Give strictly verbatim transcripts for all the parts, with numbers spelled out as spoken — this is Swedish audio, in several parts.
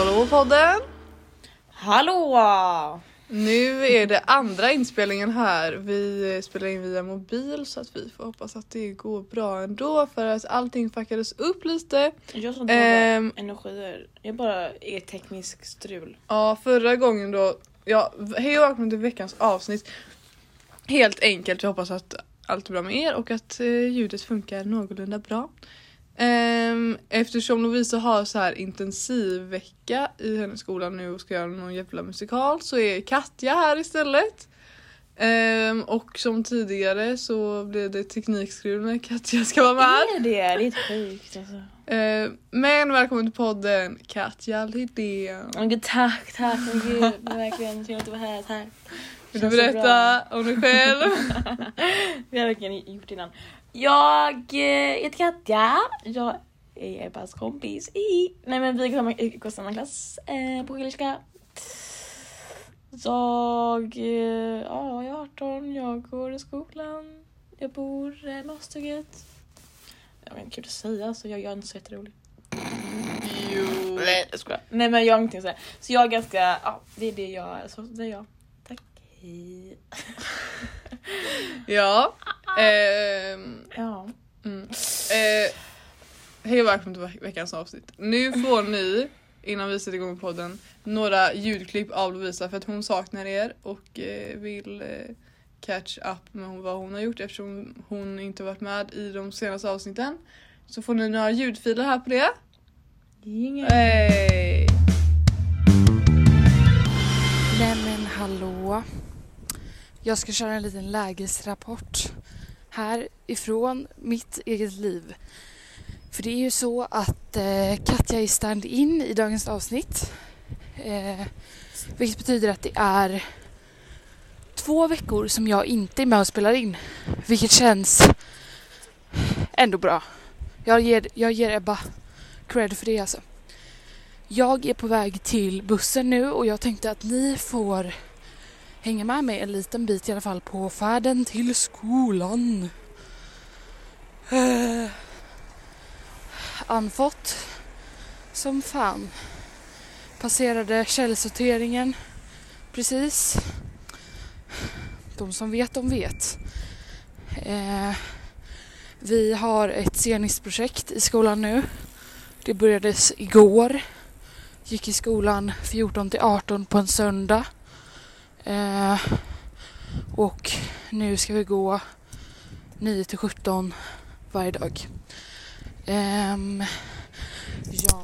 hallå podden! Hallå! Nu är det andra inspelningen här. Vi spelar in via mobil så att vi får hoppas att det går bra ändå. För att allting fuckades upp lite. Jag tror inte Ehm, um, energier. Jag bara är teknisk strul. Ja, förra gången då. Ja, hej och välkommen till veckans avsnitt. Helt enkelt, jag hoppas att allt är bra med er och att eh, ljudet funkar någorlunda bra. Um, eftersom Lovisa har så här intensiv vecka i hennes skola nu och ska göra någon jävla musikal, så är Katja här istället. Um, och som tidigare så blev det teknikskruv när Katja ska vara med. Är det? Det är lite sjukt alltså. Uh, men välkommen till podden Katja Lidén. Oh, gud, tack, tack. Men gud, det är verkligen kul att vara här. Tack. Vill du berätta om dig själv? Vi har verkligen gjort innan. Jag eh, heter Katja. Jag är Ebbas kompis i... Nej men vi går, går samma klass eh, på Skilska. Jag, eh, ja, jag är arton. Jag går i skolan. Jag bor eh, Norrstuget. Jag vet inte, kul att säga så jag, jag är inte så jätterolig. Jo. Nej, jag skojar. Nej men jag har ingenting att säga. Så jag är ganska... Ja, det är det jag är. Så det är jag. Tack. Hej. Ja. Ehm, Ja. mm. eh, Hej och välkommen till veck- veckans avsnitt. Nu får ni, innan vi sätter igång podden, några ljudklipp av Lovisa för att hon saknar er och eh, vill eh, catch up med vad hon har gjort eftersom hon inte varit med i de senaste avsnitten. Så får ni några ljudfiler här på det. Ingen. Hey. Nej men hallå. Jag ska köra en liten lägesrapport här ifrån mitt eget liv. För det är ju så att eh, Katja är stand-in i dagens avsnitt. Eh, vilket betyder att det är två veckor som jag inte är med och spelar in. Vilket känns ändå bra. Jag ger, jag ger Ebba cred för det alltså. Jag är på väg till bussen nu och jag tänkte att ni får hänga med mig en liten bit i alla fall på färden till skolan. Uh, anfått som fan. Passerade källsorteringen precis. De som vet, de vet. Uh, vi har ett sceniskt projekt i skolan nu. Det börjades igår. Gick i skolan fjorton till arton på en söndag. Eh, och nu ska vi gå nio till sjutton varje dag. Eh, ja,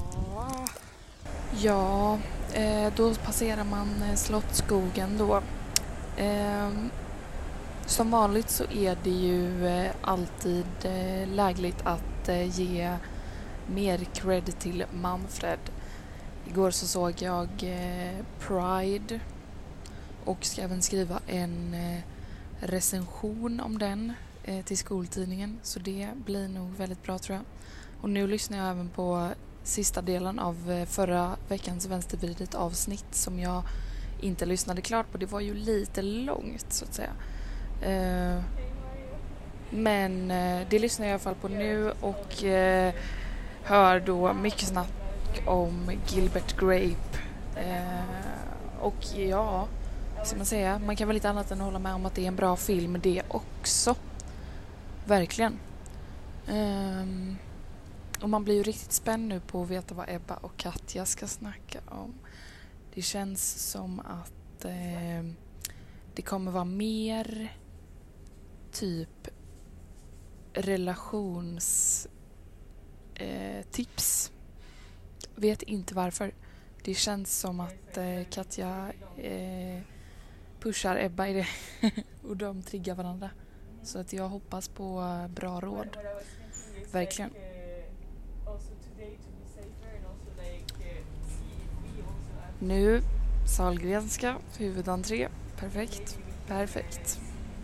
ja eh, då passerar man eh, Slottsskogen då. Eh, som vanligt så är det ju eh, alltid eh, lägligt att eh, ge mer cred till Manfred. Igår så såg jag eh, Pride och ska även skriva en eh, recension om den eh, till skoltidningen. Så det blir nog väldigt bra tror jag. Och nu lyssnar jag även på sista delen av eh, förra veckans vänstervridet avsnitt som jag inte lyssnade klart på. Det var ju lite långt så att säga. Eh, men eh, det lyssnar jag i alla fall på nu och eh, hör då mycket snack om Gilbert Grape. Eh, och ja, ska man säga, man kan väl inte annat än hålla med om att det är en bra film det också. Verkligen. Um, och man blir ju riktigt spänd nu på att veta vad Ebba och Katja ska snacka om. Det känns som att eh, det kommer vara mer typ relations eh, tips. Vet inte varför. Det känns som att eh, Katja eh, pushar Ebba i det och de triggar varandra. Så att jag hoppas på uh, bra råd. Verkligen. Nu Sahlgrenska, huvudentré. Perfekt. Perfekt.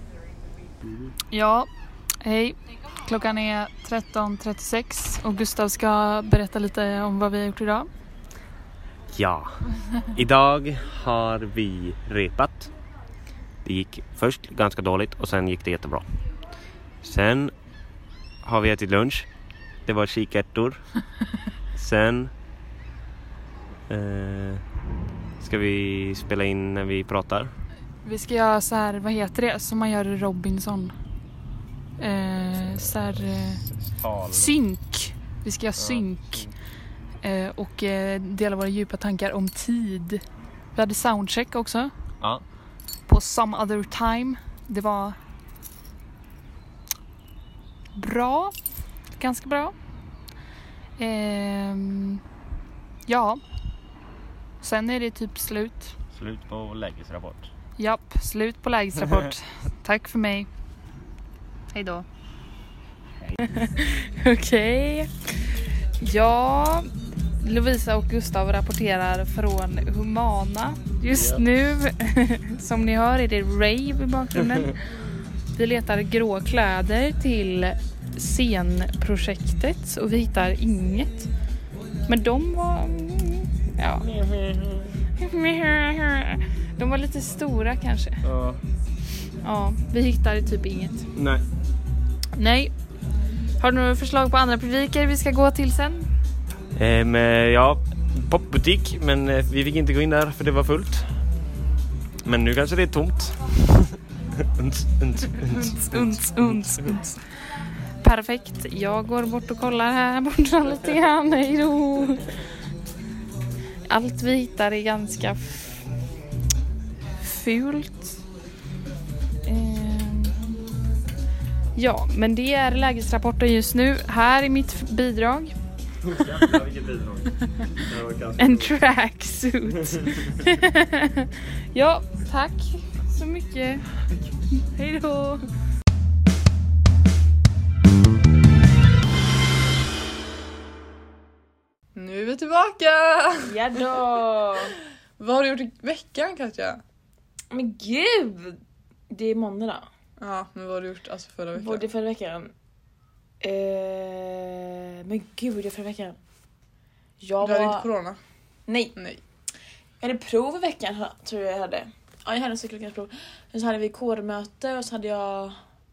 Ja, hej. Klockan är tretton trettiosex och Gustav ska berätta lite om vad vi har gjort idag. Ja, idag har vi repat. Det gick först ganska dåligt och sen gick det jättebra. Sen har vi ätit lunch. Det var kikärtor. Sen Eh, ska vi spela in när vi pratar? Vi ska göra så här, vad heter det, som man gör i Robinson. Eh, så här, eh, synk. Vi ska göra synk. Eh, och eh, dela våra djupa tankar om tid. Vi hade soundcheck också. Ja. På Some Other Time. Det var bra. Ganska bra. Ehm, ja. Sen är det typ slut. Slut på lägesrapport. Japp, slut på lägesrapport. Tack för mig. Hej då. Okej. Ja, Lovisa och Gustav rapporterar från Humana. Just Ja. nu, som ni hör, är det rave i bakgrunden. Vi letar grå kläder till scenprojektet och vi hittar inget. Men de var... Ja. De var lite stora kanske. Ja. Ja, vi hittade typ inget. Nej. Nej. Har du några förslag på andra publiker vi ska gå till sen? Ehm, ja, popbutik, men eh, vi fick inte gå in där för det var fullt. Men nu kanske det är tomt. uns, uns, uns, Uns, uns, uns. Perfekt. Jag går bort och kollar här borta lite grann. Hej då. Allt vi hittar är ganska f- fult. Ehm. Ja, men det är lägesrapporten just nu. Här är mitt bidrag. Jävlar, vilket bidrag. Det var ganska En roligt. tracksuit. Ja, tack så mycket. Hej då. Nu är vi tillbaka! Ja då. Vad har du gjort i veckan, Katja? Men gud. Det är måndag då. Ja, men vad har du gjort alltså förra veckan? Både förra veckan. Eh, men gud, vad det förra veckan. Jag Du hade var... inte corona? Nej. Nej. Jag hade prov i veckan, tror jag jag hade. Ja, jag hade en cykelprov. Sen så hade vi kårmöte och så hade jag...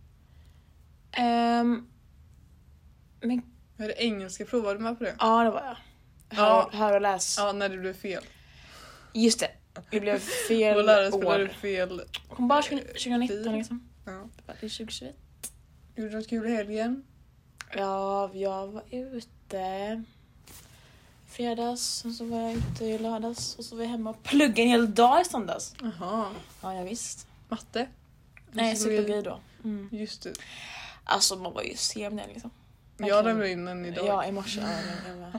Ehm, men Jag hade engelska prov, var du med på det? ja, det var jag. Hör, Ja. hör och läs. Ja, när det blev fel. Just det. Det blev fel Vår lärare spelade år. fel. Hon bara tjugonitton liksom. Ja. Det var tjugohundratjugoett. Gjorde du något kul i helgen? Ja, jag var ute fredags och så var jag ute i lördags och så var jag hemma och pluggade en hel dag i söndags. Jaha. Ja, jag visst. Matte? Nej, Så vi- psykologi då. Mm. Just det. Alltså, man var ju sen liksom. Jag lämnade in den idag. Ja, i morse. Ja, jag var.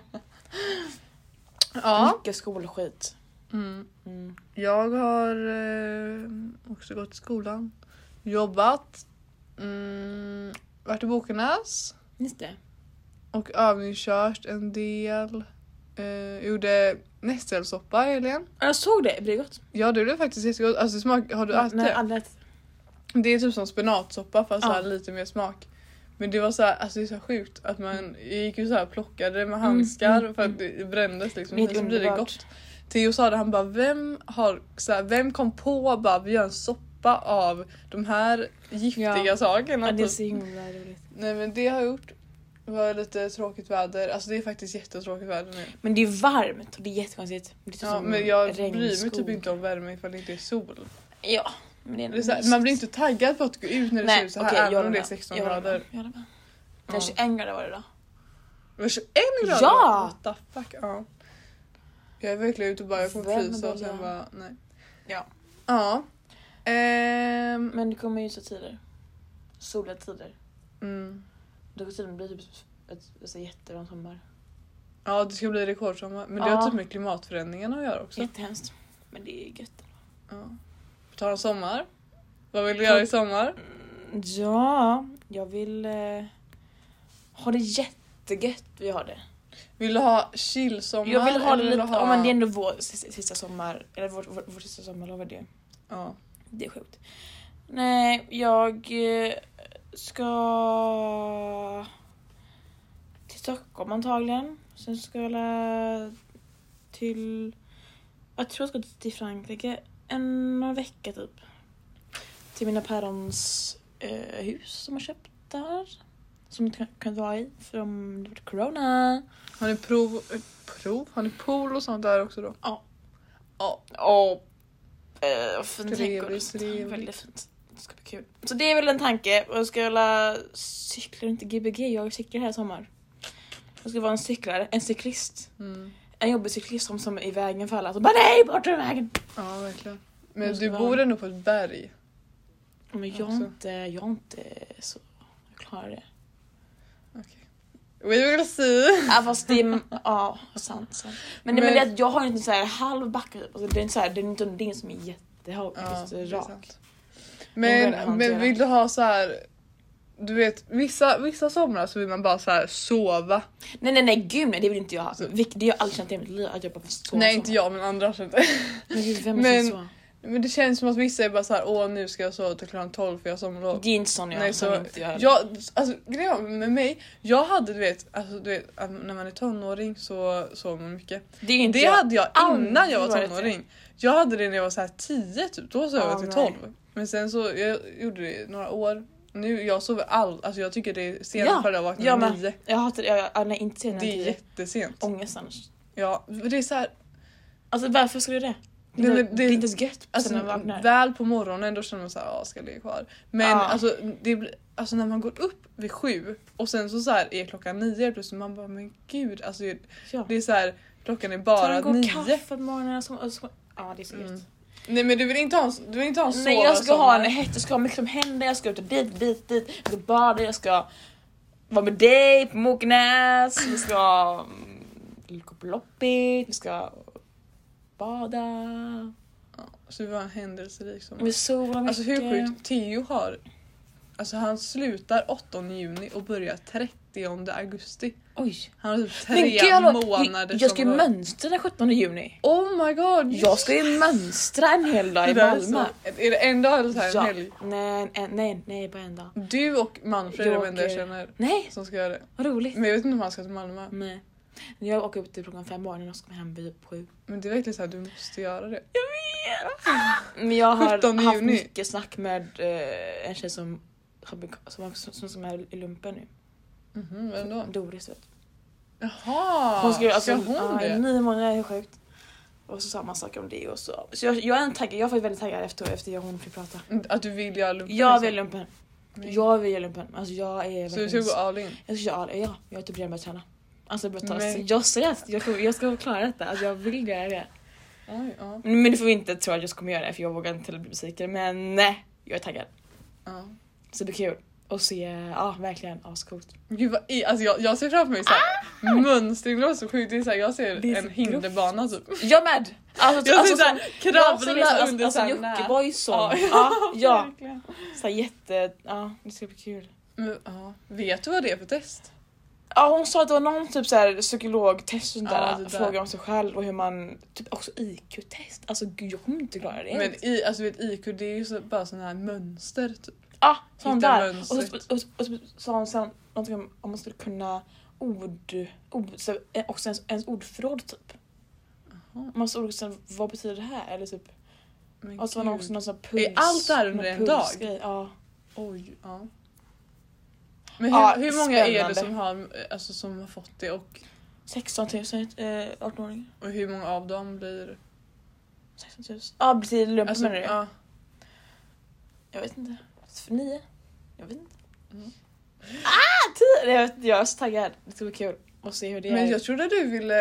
Ja. Mycket skolskit. Mm. Mm. Jag har eh, också gått till skolan. Jobbat. Mm, varit i Bokenäs. Just det. Och övningskört en del. Eh, gjorde nässelssoppa i helgen. Ja, jag såg det. Blir det gott? Ja, det blev faktiskt jättegott. Alltså, smak, har du ätit Nej, det? aldrig ätit. Det är typ som spenatsoppa fast Ja. så här lite mer smak. Men det var så här, alltså det är så sjukt att man jag gick ju så här plockade med handskar mm, för att det brändes liksom. Det är Men så blir det underbart. gott. Theo sa det, han bara, vem har så här, vem kom på bara vi gör en soppa av de här giftiga Ja. sakerna? Ja, det är typ. så himla roligt. Nej, men det har jag gjort. Det var lite tråkigt väder. Alltså det är faktiskt jättetråkigt väder nu. Men det är varmt och det är jättekonstigt. Det är typ Ja, som men jag regn, bryr mig skog. typ inte om värme ifall det inte är sol. Ja, men det är, Det är så här, man blir inte taggad på att gå ut när det ser Nej, ut så här, okej, jag även om håller det är med. sexton Jag håller grader. med. Jag håller med. Det Ja. är tjugoen grader var det då. Det var tjugoen grader? Ja! What the fuck? Ja. Jag är verkligen ute och bara jag kommer Vem frysa och vill sen jag? bara nej. Ja. Ja. Ehm, Men det kommer ju så tider. Soliga tider. mm. Då kommer tiden bli typ ett, ett, ett jättebra sommar. Ja, det ska bli rekordsommar. Men det Ja. har typ med klimatförändringarna att göra också. Jättehemskt. Men det är gött. Ja. På tal om sommar. Vad vill du göra i sommar? Ja, jag vill eh, ha det jättegött. Vi har det. Vill du ha chillsommar? Jag vill ha eller det vill lite, du ha... ja, men det är ändå vår sista, sista sommar. Eller vår, vår, vår sista sommarlov är det. Ja. Det är sjukt. Nej, jag eh, ska till Stockholm antagligen. Sen ska jag la- till... Jag tror jag ska till Frankrike en några vecka typ. Till mina pärons eh, hus som jag köpt där. Som jag inte kan- kan vara i för om det var corona. Har ni prov... prov. Har ni pool och sånt där också då? Ja. Ja. Och eh, fint Trevligt, trädgård. trevligt. Väldigt fint. Det ska bli kul. Så det är väl en tanke. Och jag ska väl cykla inte G B G. Jag cyklar här i sommar. Jag ska vara en cyklare, en cyklist. Mm. En jobbig cyklist som, som är i vägen för alla. Så bara nej, bort ur vägen. Ja, verkligen. Men Jag ska du vara- bor ändå på ett berg. Men jag är Också. inte, jag är inte så... Jag klarar det. Okej. We will see. Ja fast det är... Ja, sant. sant. Men, men, Men- men det, är att jag har inte så här halv backe. Alltså, det är inte så här, det är inte det är som är jättehårt. Ja, det är det är rak. sant. Den går att Men, hantera. men vill du ha så här, du vet, vissa, vissa somrar så vill man bara så här sova. Nej nej nej gud nej det vill inte jag ha. Vilk- Det har jag aldrig känt i mitt liv att jag bara får sova. Nej, inte jag, men andra har känt det. Men gud vem Men- men... så? Men det känns som att vissa är bara så här, åh nu ska jag sova till klockan tolv för jag har sommarlov. Det är inte sån jag Nej, sån så, inte jag. jag, alltså grejen med mig, jag hade du vet, alltså, du vet att när man är tonåring så sover man mycket. det är inte Det jag. hade jag innan Aldrig jag var varit tonåring. Jag hade det när jag var så här tio typ, då sov Ja, jag till nej. tolv. Men sen så, jag gjorde det i några år. Nu, jag sover all, alltså jag tycker det är sent Ja, för att jag vaknar jag vid med. nio. Jag hatar det. Jag, jag, nej inte sen. Det är jättesent. Ångest annars. Ja, för det är så här, Alltså varför skulle du det? Det, Nej, är- men det, det- är inte så gött alltså, sen när man vaknar. väl på morgonen då känner man så här, ja ska jag ligga kvar. Men Ja. alltså, det, blir- alltså när man går upp vid sju och sen så, så här är klockan nio plötsligt man bara, men gud, alltså Ja. det är så här, klockan är Ta bara en god nio. kaffe på morgonen. Och så, och så, ja det är så gött. Mm. Nej men du vill inte ha, du vill inte ha en Nej sova jag ska ha en sommar. hett, jag ska ha mycket som händer, jag ska ut och dit, dit, dit. Jag ska bada, jag ska vara med dig på Mokenäs. Vi ska mm, gå på loppis, vi ska bada. Ja, så det var en händelserik sommar. Vi solar mycket. Alltså hur sjukt, Theo har, alltså han slutar åttonde juni och börjar trettionde augusti. Oj. Han har typ Men tre gud, hallå, månader jag ska ju sommarlov. mönstra den sjuttonde juni. Oh my god! Jag ska ju mönstra en hel dag i Det där är Malmö. så- Är det en dag eller så här en Ja. helg? Nej, en, nej, nej, bara en dag. Du och Manfred är Jag de enda jag åker- känner Nej, som ska göra det. vad roligt. Men jag vet inte om han ska till Malmö. Nej. Jag åker upp till klockan fem morgonen och ska hem vid sju. Men det är verkligen så här, du måste göra det. Men jag har sjuttonde haft juni. mycket snack med eh, en tjej som har bek- som, som, som, som är i lumpen nu. Mhm, vem då? Doris vet. Jaha, Hon skulle alltså, ska hon ja, i det? nio månader, är sjukt. Och så samma sak om det och så. Så jag, jag är en taggad, jag var väldigt taggad efter, efter jag och hon fick prata. Att du vill göra lumpen? Jag liksom? vill lumpen. Men- Jag vill göra lumpen. Alltså jag är Så du ska gå all in? Jag ska göra all, ja, jag är typ redan börjat träna. Alltså jag börjar ta Men- jag stress. Jag ska, jag ska klara detta. Alltså jag vill göra det. Oj, ja. Men det får vi inte tro att jag kommer göra det för jag vågar inte bli besviken. Men nej, jag är taggad. ja. Så det blir kul. Och se, ja verkligen ascoolt. Gud vad i, alltså jag, jag ser framför mig såhär mönstring, det var så sjukt, det är så här, jag ser Det är en så hinderbana typ. Jag med! Alltså, Jag alltså, ser såhär som- kravla jag ser liksom, under alltså, såhär alltså, nät. Jockiboi sån. Ja, Ja, ja. verkligen. Så här jätte, ja det ska bli kul. Men, ja. Vet du vad det är för test? Ja hon sa att det var någon typ så här psykologtest och sånt Ja, där. det där. Fråga om sig själv och hur man, typ också I Q-test. Alltså gud jag kommer inte klara det. Men i, alltså vet, I Q det är ju så, bara sådana här mönster typ. Ja, sån Hitta där. Och mönstret. så, och, så, och så sa hon sen någonting om om man skulle kunna ord, ord så, eh, också ens, ens ordförråd typ. Jaha. Man så sen, vad betyder det här? Eller typ, Men och så var det gud. också någon sån här puls. Är allt där under någon en dag? pulsgrej, ja. Oj, ja. Men hur, Ja, hur många är det spännande. som har, alltså, som har fått det och, sexton tusen eh, arton-åringar. och hur många av dem blir... sexton tusen. Ja, betyder lumpen Alltså, menar du? ja. Jag vet inte. Nio? Jag vet inte. Mm. Ah, tio! Jag, vet, jag är så taggad. Det ska bli kul att se hur det Men är. jag trodde du ville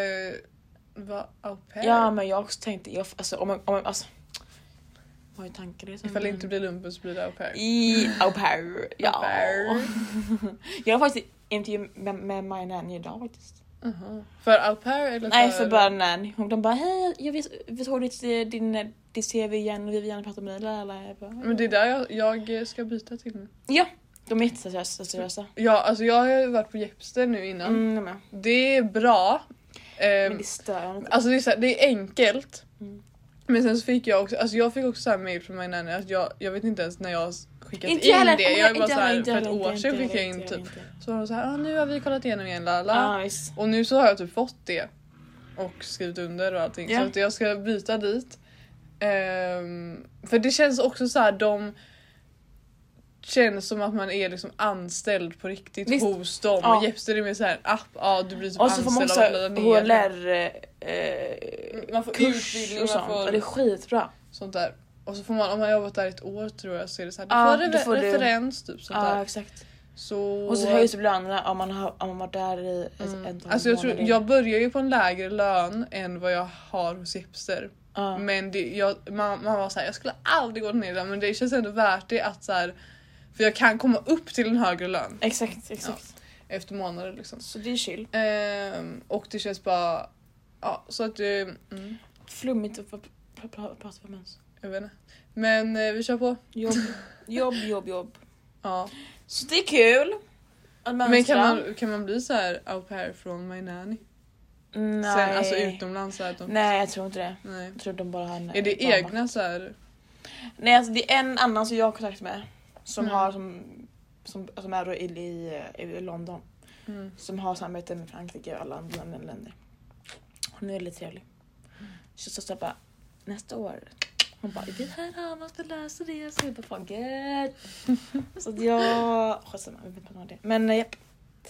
vara au pair. Ja, men jag också tänkte, jag, alltså, om man, om man, alltså, vad är tanken? Det är som- Ifall det inte blir lumpen så blir det au pair. I au pair. Ja. Au pair. Jag har faktiskt intervju med, med my nanny idag faktiskt. Uh-huh. För au pair eller Nej, för bara nanny. Hon de bara, hej, jag vet, vet har ditt, din, ditt C V igen och vi vill gärna prata med dig. Eller, jag bara, Men det är där jag, jag ska byta till nu. ja, de är jätteseriösa. seriösa. Ja, alltså jag har ju varit på Jepster nu innan. Mm, jag med. Det är bra. Ehm, Men det stör inte. Alltså det är, så här, det är enkelt. Mm. Men sen så fick jag också, alltså jag fick också så här mail från min nanny att jag, jag vet inte ens när jag har skickat Inte in jag heller, det. Jag är bara inte så här, heller, inte för ett heller, år inte sedan heller, skickade jag in inte typ. heller, inte. Så var de så här, ah, nu har vi kollat igenom igen, lala. Ah, visst. Och nu så har jag typ fått det. Och skrivit under och allting. Ja. Så att jag ska byta dit. Ehm, för det känns också så här, de känns som att man är liksom anställd på riktigt Visst. hos dem. Ja. Och Jepster är med så här app, ja du blir typ Och så får man anställd också av att H ladda L ner. R eh, Man får kurs utbildning, och man sånt. får- Och det är skitbra. Sånt där. Och så får man, om man har jobbat där ett år tror jag, så är det så här, du Ja, får, då rever- får du- referens typ sånt Ja, där. exakt. Så... Och så höjs det lönerna om man har om man varit där i ett, Mm. ett Alltså jag, tror, månader. jag börjar ju på en lägre lön än vad jag har hos Jepster. Ja. Men det, jag, man, man var så här, jag skulle aldrig gå ner där, men det känns ändå värt det att så här, för jag kan komma upp till en högre lön Exakt, exakt. efter månader liksom. Så det är chill. Ehm, och det känns bara, ja så att det, mm, Flummigt att pra- pra- pra- prata för mens. jag vet inte. Men eh, vi kör på. Jobb, jobb, jobb, jobb. Ja. Så det är kul. Att Men kan man, kan man bli så här au pair från My Nanny? Nej. Sen, alltså utomlands så här, att de, Nej, jag tror inte det. nej. Jag tror de bara har en... Är det barnvakt. egna så här? Nej, alltså det är en annan som jag har kontakt med. Som Mm. har som... Som, som är då i, i, i London. Mm. Som har samarbete med Frankrike och alla andra länder. Hon är väldigt trevlig. Så så, så bara, nästa år. Hon bara, det här har man ska läsa det. Så jag bara, fan gött. Så att jag... Skitsamma, jag vet inte vad det är. Men eh, japp.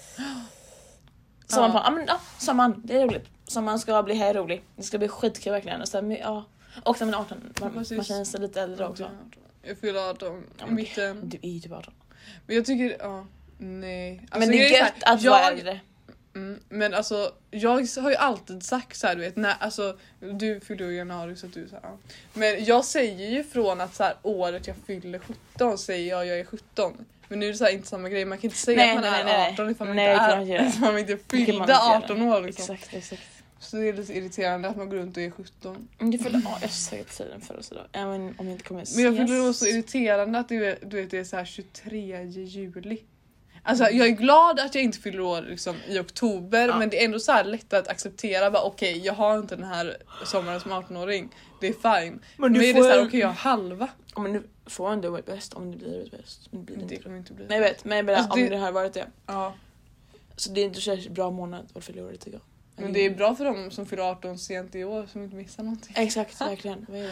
Samman, Ja. ja. men ja, samman, det är roligt. Samman ska bli här rolig. Det ska bli skitkul verkligen. Och, så, men, ja. Och sen med arton, man, Precis. man känns lite äldre också. Jag fyller arton Ja, i men mitten. Du är ju typ arton. Men jag tycker, ja, nej. Alltså, Men det är grejen gött så här, att vara jag, äldre. mm, men alltså, jag har ju alltid sagt så här, du vet, när, alltså, du fyller ju i januari så att du så här, ja. Men jag säger ju från att så här, året jag fyller sjutton säger jag jag är sjutton. Men nu är det så här, inte samma grej, man kan inte säga Nej, att man nej, är nej, nej. arton ifall man Nej, det kan man inte inte är, göra. ifall man inte Det kan man fyllde inte göra. arton år liksom. Exakt, exakt. Så det är lite irriterande att man går runt och är sjutton. Men du fyllde ja, jag säger på tiden födelsedag. Även om jag inte kommer Men jag ses. tycker det var så irriterande att det, du vet, det är så här tjugotredje juli. Alltså jag är glad att jag inte fyller år liksom, i oktober, Ja. men det är ändå så här lätt att acceptera. Okej, okay, jag har inte den här sommaren som arton-åring. Det är fine. Men, du men är får det så här, ju- okej okay, jag har halva. Ja, men du får ändå vara bäst om det blir bäst. Men det blir det Det inte. kommer inte bli. Nej jag vet, men jag menar, Alltså, om det- det har varit det. Ja, Så det är inte så bra månad att fylla året tycker jag. men det är bra för dem som fyller arton sent i år som inte missar någonting. Exakt, verkligen. Vad är det?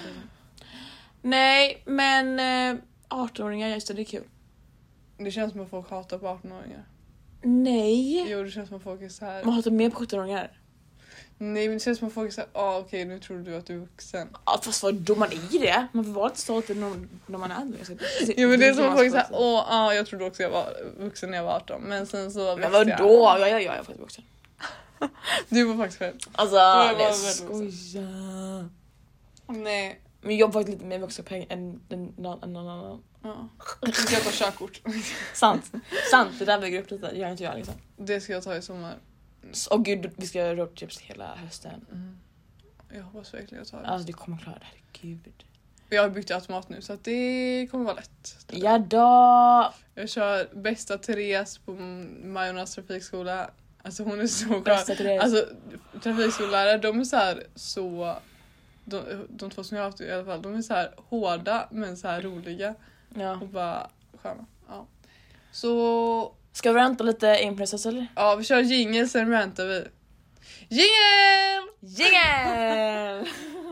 Nej, men eh, arton-åringar, just det, det är kul. Det känns som att folk hatar på arton-åringar. Nej! Jo, det känns som att folk är så här. Man hatar mer på sjutton-åringar. Nej, men det känns som att folk är så här, ah, okej okay, nu tror du att du är vuxen. Ja, fast vadå, man är det. Man får vara lite stolt när, när man är äldre. Jo, men det är som att folk är så här, åh, ah, jag trodde också jag var vuxen när jag var arton. Men sen så Men växte jag. vadå? Ja, ja, ja, jag är faktiskt vuxen. Du var faktiskt själv. Alltså, var jag väldigt skojar. Nej. Men jag har faktiskt lite mer vuxenpeng än än någon annan. Ja. Jag ska ta körkort. Sant. Sant, det där bygger upp lite. Gör inte jag liksom. Det ska jag ta i sommar. Åh gud, vi ska göra roadtrips hela hösten. Mm. Jag hoppas verkligen jag tar det. Alltså du kommer klara det, herregud. Jag har byggt automat nu så att det kommer vara lätt. Ja då. Jag kör bästa Therese på Majornas trafikskola. Alltså hon är så Bästa skön. Therese. Alltså trafikskollärare, de är så här så de, de två som jag har haft i alla fall, de är så här hårda men så här roliga Ja. och bara sköna. Ja. Så Ska vi vänta lite influencers eller? ja, vi kör jingle sen rantar vi. Jingle! Jingle!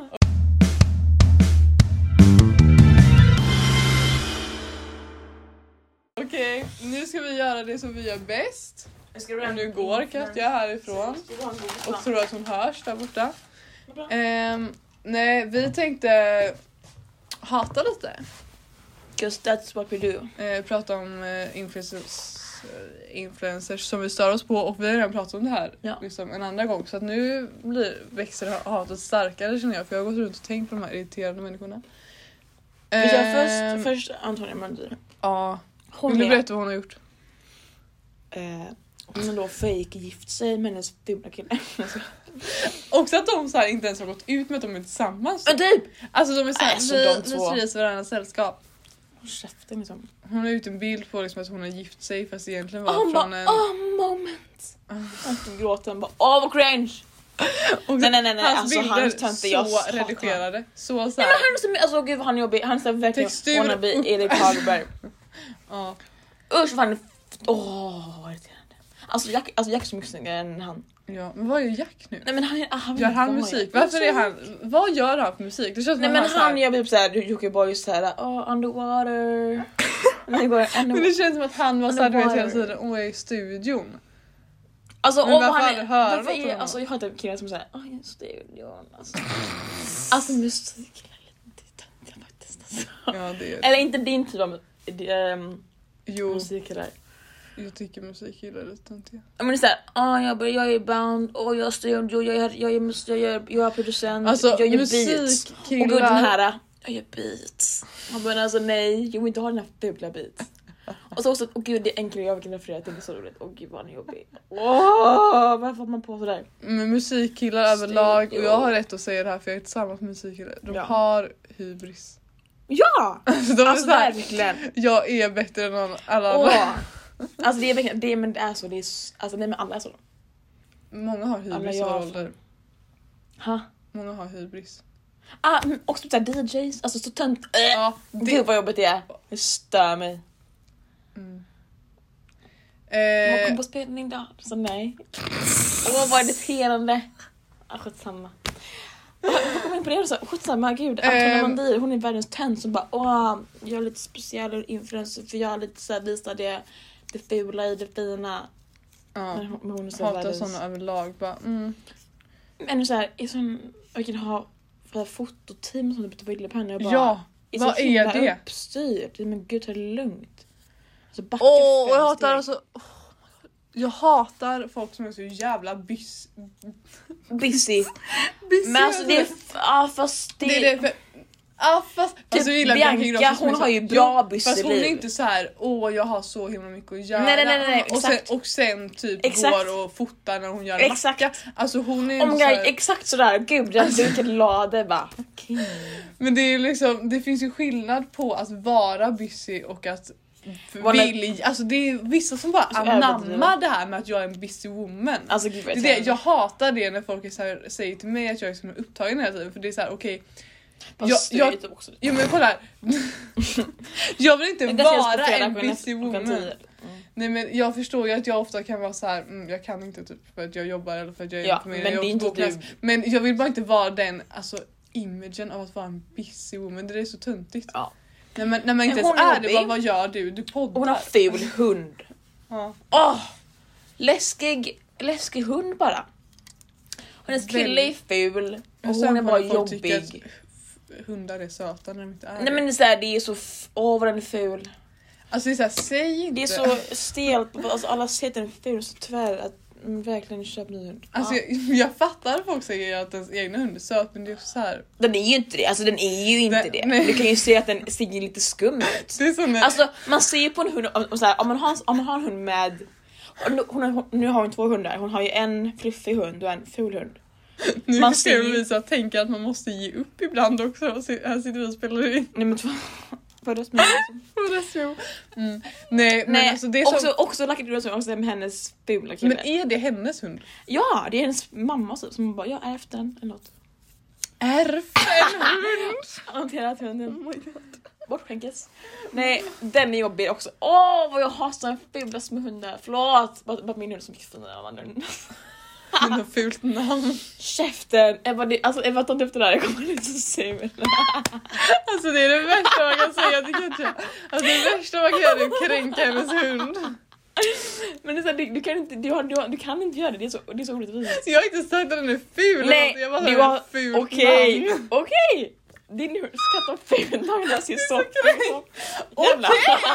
Okej, nu ska vi göra det som vi gör bäst. Om du går Katja härifrån och tror att hon hörs där borta. Ehm, nej, vi tänkte hata lite. Because that's what we do. Eh, prata om eh, influencers, eh, influencers som vi stör oss på, och vi har redan pratat om det här Ja. liksom, en andra gång. Så att nu blir, växer hatet starkare känner jag, för jag har gått runt och tänkt på de här irriterande människorna. Vi kör Ehm, först, först Antonia Mandir. Ja, Hon vill du är, berätta vad hon har gjort? eh, hon är då fake gift sig med hennes fula kille. Också att de så här inte ens har gått ut med att de är tillsammans. Men typ! Alltså de är såhär, Alltså, vi, de vi två. trivs i varandras sällskap. Håll käften liksom. Hon har ut en bild på liksom att hon har gift sig, fast egentligen var Och hon från bara, en... oh moment. Och gråten bara, åh vad cringe. Och Nej nej nej, nej. hans Alltså bilder hans tönt är jag så hatar. redigerade. Så Nej såhär. men han är så, alltså gud vad han är jobbig. Han är verkligen Textur wannabe upp. Erik Hagberg. Ja. Usch vad han är, åh vad irriterande. Alltså Jack, alltså Jack är så mycket snyggare än han. Ja, men vad är Jack nu? Nej men han, ah, han Gör han musik? Varför är han... Vad gör han för musik? Det känns som Nej att men han, han gör typ såhär, Jockiboi såhär, oh underwater. Nu går jag ännu... Men det känns som att han var såhär, du vet, hela Underwater. tiden, åh jag är i studion. Alltså Men om varför han aldrig höra varför något från är, honom? alltså jag har inte killar som säger åh jag är i studion alltså. Alltså musik är lite töntiga faktiskt alltså. Ja, det är... Eller inte din typ av um, Jo, musik eller. jag tycker musik är lite töntiga. Men det är såhär, åh jag, jag är i band, åh jag är studio, jag är, jag är, mus- jag är, jag är producent, Alltså jag gör beats. musikkillar... Och gud den här, jag gör beats. Man bara alltså nej, jag vill inte ha den här fula beats. Och så också, åh gud det är en kille jag kan referera till, det är så roligt. Åh gud vad han är jobbig. Åh, varför får man på sådär? Men musikkillar överlag, och jag har rätt att säga det här för jag är tillsammans med musikkillar, de Ja. har hybris. Ja! Alltså, de är Alltså så här, verkligen. jag är bättre än någon, alla andra. Åh. Alltså det är verkligen, det är, men det är så, det är s- alltså nej men alla är så. Många har Alla hybris i jag vår har ålder. Ha? Många har hybris. Ah, men också såhär D Js, alltså så tönt. Äh. Ja, Gud vad jobbigt det är. Det stör mig. Mm. Man Eh, kom på spelning då, så nej. Åh vad irriterande. Ah, skitsamma. Vad kom in på det så? Skitsamma, gud. Antonija Ehm. Mandir, hon är världens tönt som bara åh, jag är lite speciell influencer för jag är lite såhär visar det, det fula i det fina. ja, Men hon, men hon är så hatar världens... sådana överlag. Bara, mm. Men såhär, är sån, jag kan ha för fototeam och sånt på bilder på henne och bara, Ja, är vad så är himla det? uppstyrt. Men gud, ta det lugnt. Alltså, backa Åh, fem jag hatar steg. alltså... åh my God. Jag hatar folk som är så jävla bys... Busy. busy Men alltså det är, f- ja fast det, det är det för... Ja fast, Typ alltså, jag gillar Bianca, Ingrosso som hon är så- har ju bra Jo, busy fast hon är liv. inte så här, åh jag har så himla mycket att göra. Nej, nej, nej, nej, och, sen, exakt. och sen typ Exakt. går och fotar när hon gör Exakt. macka. Alltså hon är Oh my så God, här, exakt sådär. Gud, jag vilken lade bara. Okay. men det är liksom, det finns ju skillnad på att vara busy och att Vara- vill, alltså det är vissa som bara Alltså, anammar överdrivet. det här med att jag är en busy woman. Alltså gud vad Det är det, jag hatar det när folk är så här, säger till mig att jag är liksom upptagen hela tiden, för det är så här: okej. jag, jag, typ också. jo men kolla här. Jag vill inte Men det känns på vara fredag en klockan- busy klockan woman. tio. Mm. Nej men jag förstår ju att jag ofta kan vara så här, mm, jag kan inte typ för att jag jobbar eller för att jag är Ja, på min men det är inte jobbsplats. du. Men jag vill bara inte vara den, alltså imagen av att vara en busy woman, det är så töntigt. Ja. Nej men när man inte Men ens hon är är det, jobbig. vad, vad gör du? Du poddar. Hon har ful hund. Ja. Åh! Läskig, läskig hund bara. Hennes kille är ful och Och sen hon är bara får folk tycka att jobbig. f- hundar är söta när de inte är Nej det. men det är, så här, det är så, f- åh vad den är ful. Alltså det är såhär, säg inte. Det är så stelt, alltså alla ser att den är ful så tyvärr att mm, verkligen köp ny hund. Alltså Ja. jag, jag fattar att folk säger att ens egna hund är söt, men det är så här. Den är ju inte det, alltså den är ju inte Nej, det. nej. Du kan ju se att den ser lite skum ut. Det är så när, Alltså man ser ju på en hund, om, om, så här, om, man har, om man har en hund med, och nu, hon har, nu har hon två hundar, hon har ju en fluffig hund och en ful hund. nu man ska ser jag ju- visa att tänka att man måste ge upp ibland också. Och se- Här sitter vi och spelar in. Nej men två, vad är det som är Och det är så- Mm. Nej men Nej, alltså det är också, så. också Lucky Duo som också är med hennes fula kille. Men är det hennes hund? Ja, det är hennes mamma så, som bara, jag har ärvt den eller något. Ärv en hund? Hanterat hunden. Bortskänkes. Nej, den är jobbig också. Åh, vad jag har såna fula små hundar. Förlåt, bara, bara min hund som mycket finare än andra hundar. Den har fult namn. Käften! Ebba, det, alltså Ebba tar inte efter det här, jag kommer inte så sur. Alltså det är det värsta man kan säga till Katja. Alltså det värsta man kan göra är att kränka hennes hund. Men det är så här, du, du, kan inte, du, har, du, har, du kan inte göra det, det är så, det är så orättvist. Jag har inte sagt att den är ful. Nej, jag bara du sa den har... är ful Okej, namn. okej! Din hund ska ta ful namn, jag ser så... Jävla...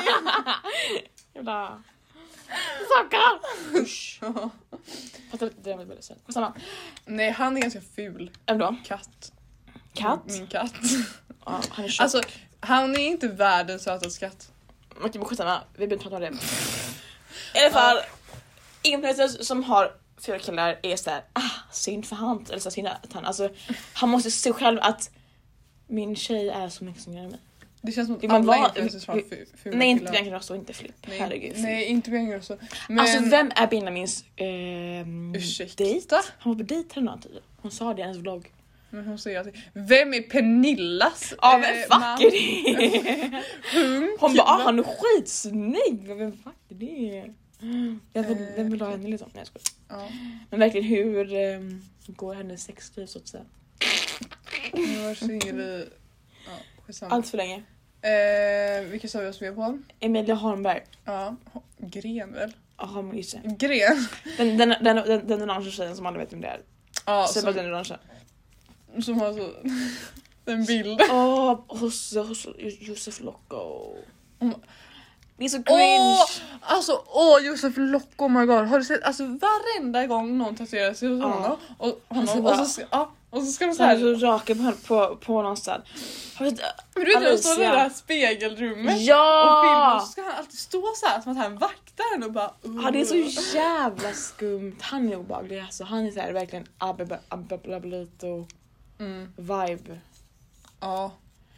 Jävla... Socka! Usch. Fast det, det är väldigt söt. Samma. Nej, han är ganska ful. Vem då? Katt. Katt? Min katt. Ja, han är tjock. Alltså, han är inte världens sötaste katt. Okej, men skitsamma. Vi behöver inte prata om det. I alla fall, influencers som har fyra killar är såhär, ah, synd för han. Eller så synd att han, alltså, han måste se själv att min tjej är så mycket som gör mig. Det känns som att Det man alla var- influencers har fu- fula Nej, inte killar. Bianca Ingrosso, inte Flipp. Nej, Herregud. nej, inte Bianca Ingrosso. Men Alltså vem är Benjamins ehm, ursäkta? dejt? Han var på dejt eller något. Hon sa det i hennes vlogg. Men hon säger att vem är Pernillas? Ja eh, men fuck man? är det? Hunk. Hon bara, ah, han är skitsnygg. Men vem fuck är det? Jag vill, Eh, vem vill ha henne liksom? Nej jag skojar. Ja. Men verkligen hur um, går hennes sexliv så att säga? Hon var singel i... Ja, skitsamma. Allt för länge. Eh, vilka sa vi oss med på? Emilia Holmberg. Ja, Gren väl? Jaha, men just det. Gren. Den, den, den, den, den orangea tjejen som alla vet om det är. Ja, Säg bara som, den orangea. som har så en bild. Åh, oh, hos, hos Josef Locko. Mm. Det är så cringe. Åh, alltså åh Josef Locko, oh my god. Har du sett, alltså varenda gång någon tatuerar sig hos Ja. honom och, Alltså, honom, bara- och, så, ska- ja, och så ska de Så här, såhär. så raka på, på, på någonstans. Har du sett- Men du vet när de står i det Alicia. där spegelrummet och filmar, Ja! så ska han alltid stå så här som att han vaktar henne och bara uh. Ja, det är så jävla skumt. Han är obehaglig alltså. Han är så här verkligen abababababababababito mm. vibe. Ja.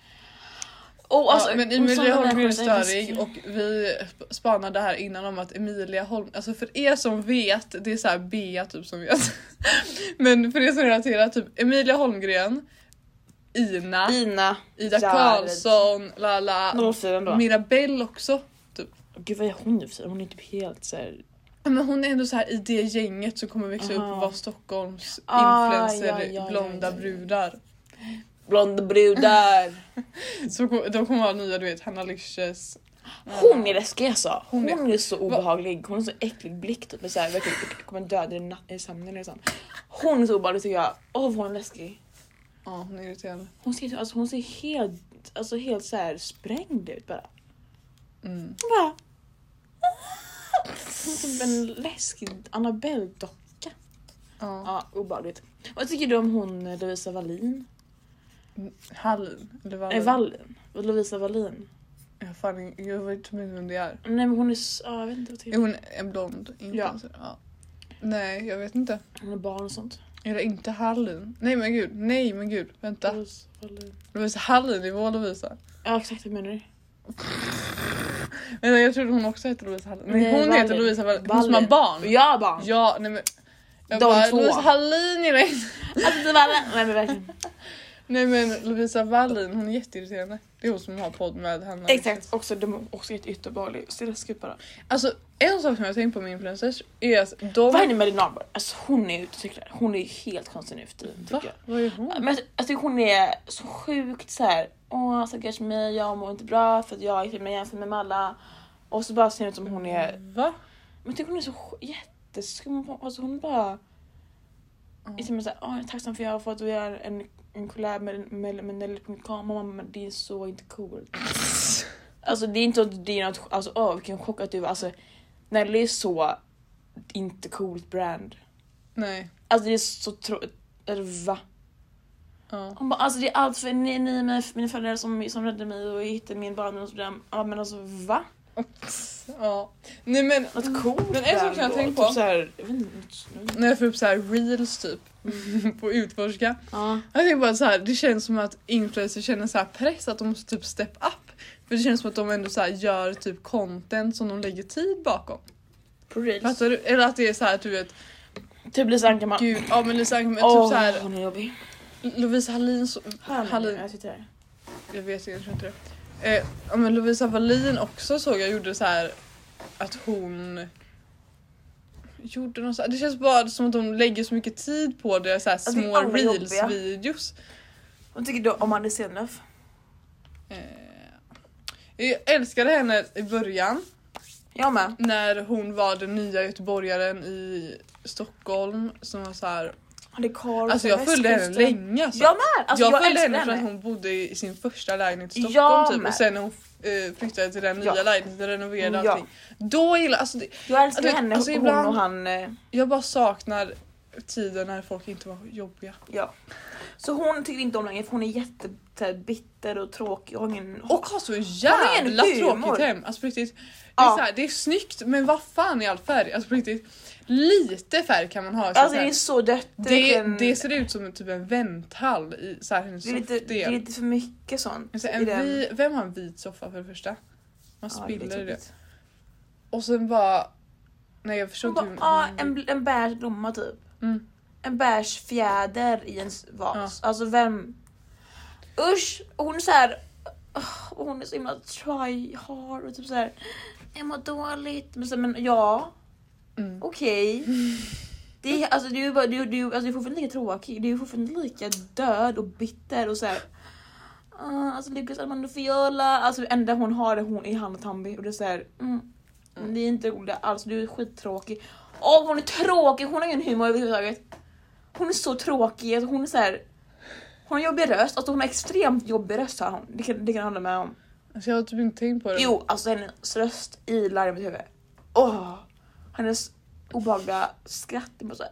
Oh, alltså, Ja, men om Emilia sådana Holmgren är människor säger- störig och vi spanade här innan om att Emilia Holm, alltså för er som vet, det är så här Bea typ som vet. Men för er som relaterar, typ Emilia Holmgren, Ina, Ina, Ida Jared. Karlsson, lala, noll fyra då. Mirabelle också. Gud vad är hon nu för sig? Hon är typ helt så här. Men hon är ändå så här i det gänget som kommer växa upp Aha. och vara Stockholms Ah, influencer, ja, ja, ja, blonda ja, ja. brudar. Blonda brudar. Så kom- de kommer ha nya, du vet, Hanna Lyschers. Hon är läskig alltså. Hon Hon är- är så obehaglig. Hon har så äcklig blick typ. Med så här, verkligen, jag kommer döda i natt i sömnen eller sånt. Hon är så obehaglig tycker jag. Åh vad hon är läskig. Ja, hon är irriterande. Hon ser, alltså, hon ser helt, alltså, helt så här sprängd ut bara. Mm. Hon bara... Hon är typ en läskig Annabelle-docka. Ja. Ja, obehagligt. Vad tycker du om hon Lovisa Wallin? Hallin, eller vad? Nej, Wallin. Lovisa Wallin. Jag, fan, ing- jag vet inte vem det är. Nej men hon är så, ja, jag vet inte vad Är tycker. hon en blond influencer? Ja. Nej, jag vet inte. Hon är barn och sånt. Är det inte Hallin? Nej men gud, nej men gud, vänta. Lovisa Wallin. Lovisa Hallin i vår Lovisa. Ja exakt, vad menar du? Men jag trodde hon också hette Lovisa Hallin. Nej, Nej, hon heter Wallin. Lovisa Wallin. Hon som har Wallin. barn. Ja, barn. Ja, nej men. Jag De bara, två. Lovisa Hallin är det. Alltså det var... Nej men verkligen. Nej men Lovisa Wallin, hon är jätteirriterande. Det är hon som har podd med henne. Exakt, också, de är också jätteytterbarlig. Så det ska bara. Alltså en sak som jag tänkt på med influencers är att de... Vad är det med Elin Ahlborg? Alltså hon är ute och cyklar. Hon är helt konstig nu för tiden Va? tycker jag. Vad är hon? Men jag, jag tycker hon är så sjukt så här. Åh stackars mig, jag mår inte bra för att jag är med jämför med alla. Och så bara ser det ut som hon är. Va? Men jag tycker hon är så sj- jätteskum. Alltså hon bara. Jag tycker såhär, åh jag är tacksam för att jag har fått göra en, en collab med, med, med Nelly punkt com. Mamma, men det är så inte coolt. Alltså det är inte att det är något, alltså åh vilken chock att du, alltså Nelly är så inte coolt brand. Nej. Alltså det är så tråkigt, eller va? Ja. Hon bara, alltså det är allt för ni, ni med mina föräldrar som, som räddade mig och jag hittade min barndomsprogram. Ja men alltså va? Ja. Nej men Något coolt men en sak som jag brand tänkt då? på. Typ så här, jag vet inte, något- när jag får upp så här reels typ på utforska. ja. Jag tänker bara så här, det känns som att influencers känner så här press att de måste typ step up. För det känns som att de ändå så här gör typ content som de lägger tid bakom. På reels. Fattar du? Eller att det är så här att du vet, Typ Lisa Ankerman. gud, ja men Lisa Ankerman, Åh, typ så här hon är jobbig. Lovisa Hallin, så, Hallin. Hallin, Jag sitter här. jag vet jag tror inte det. Eh, ja men Lovisa Wallin också såg jag gjorde så här att hon gjorde något så här, det känns bara som att de lägger så mycket tid på det, så här det är små alla jobbiga. reels-videos. Vad tycker du om Annie Senlöf? Eh, jag älskade henne i början Jag med. när hon var den nya göteborgaren i Stockholm som var så här. Han är Karl. Alltså jag följde henne länge alltså. Jag med. Alltså, jag, jag, följde älskar henne för henne. att hon bodde i sin första lägenhet i Jag Stockholm typ, med. och sen när hon eh, flyttade till den nya Ja. lägenheten, renoverade Ja. allting. Då gillar alltså det, Jag älskar Alltså, henne, alltså, hon ibland- och han. Eh, jag bara saknar tiden när folk inte var jobbiga. ja. Så hon tycker inte om längre för hon är jätte så här, bitter och tråkig och har ingen... Och har så Har jävla ingen humor. tråkigt hem. Alltså på riktigt. Det är, Ja. så här, det är snyggt men vad fan är all färg? Alltså på riktigt. Lite färg kan man ha. Så Alltså så det här. är så dött. Det, verkligen- det ser ut som en, typ en vänthall i så här, hennes det, är lite, det är soffdel. lite för mycket sånt. Alltså, i en den. vi, vem har en vit soffa för det första? Man Ja, spiller är i det. typiskt. Och sen bara... Nej jag förstår Hon inte bara, hur... ah, en, en beige blomma typ. Mm. En beige fjäder i en vas. Ja. Alltså vem... Usch! Hon är så här. Och hon är så himla try hard och typ så här. Jag mår dåligt. Men, så, men ja, Mm. okej. Det är alltså du är bara du du alltså du är fortfarande lika tråkig. Du är fortfarande lika död och bitter och så här. uh, alltså Lucas Armando Fiola. Alltså det enda hon har är hon i Hanna Tambi. Och det är såhär, mm, mm. det är inte roligt alls, du är skittråkig. Åh, oh, hon är tråkig, hon har ingen humor överhuvudtaget. Hon är så tråkig, alltså hon är såhär, hon har jobbig röst, alltså hon har extremt jobbig röst har hon. Det kan, det kan handla med om. Alltså jag har typ inte tänkt på det. Jo, alltså hennes röst ilar i mitt huvud. Åh, oh, hennes obehagliga skratt är bara såhär.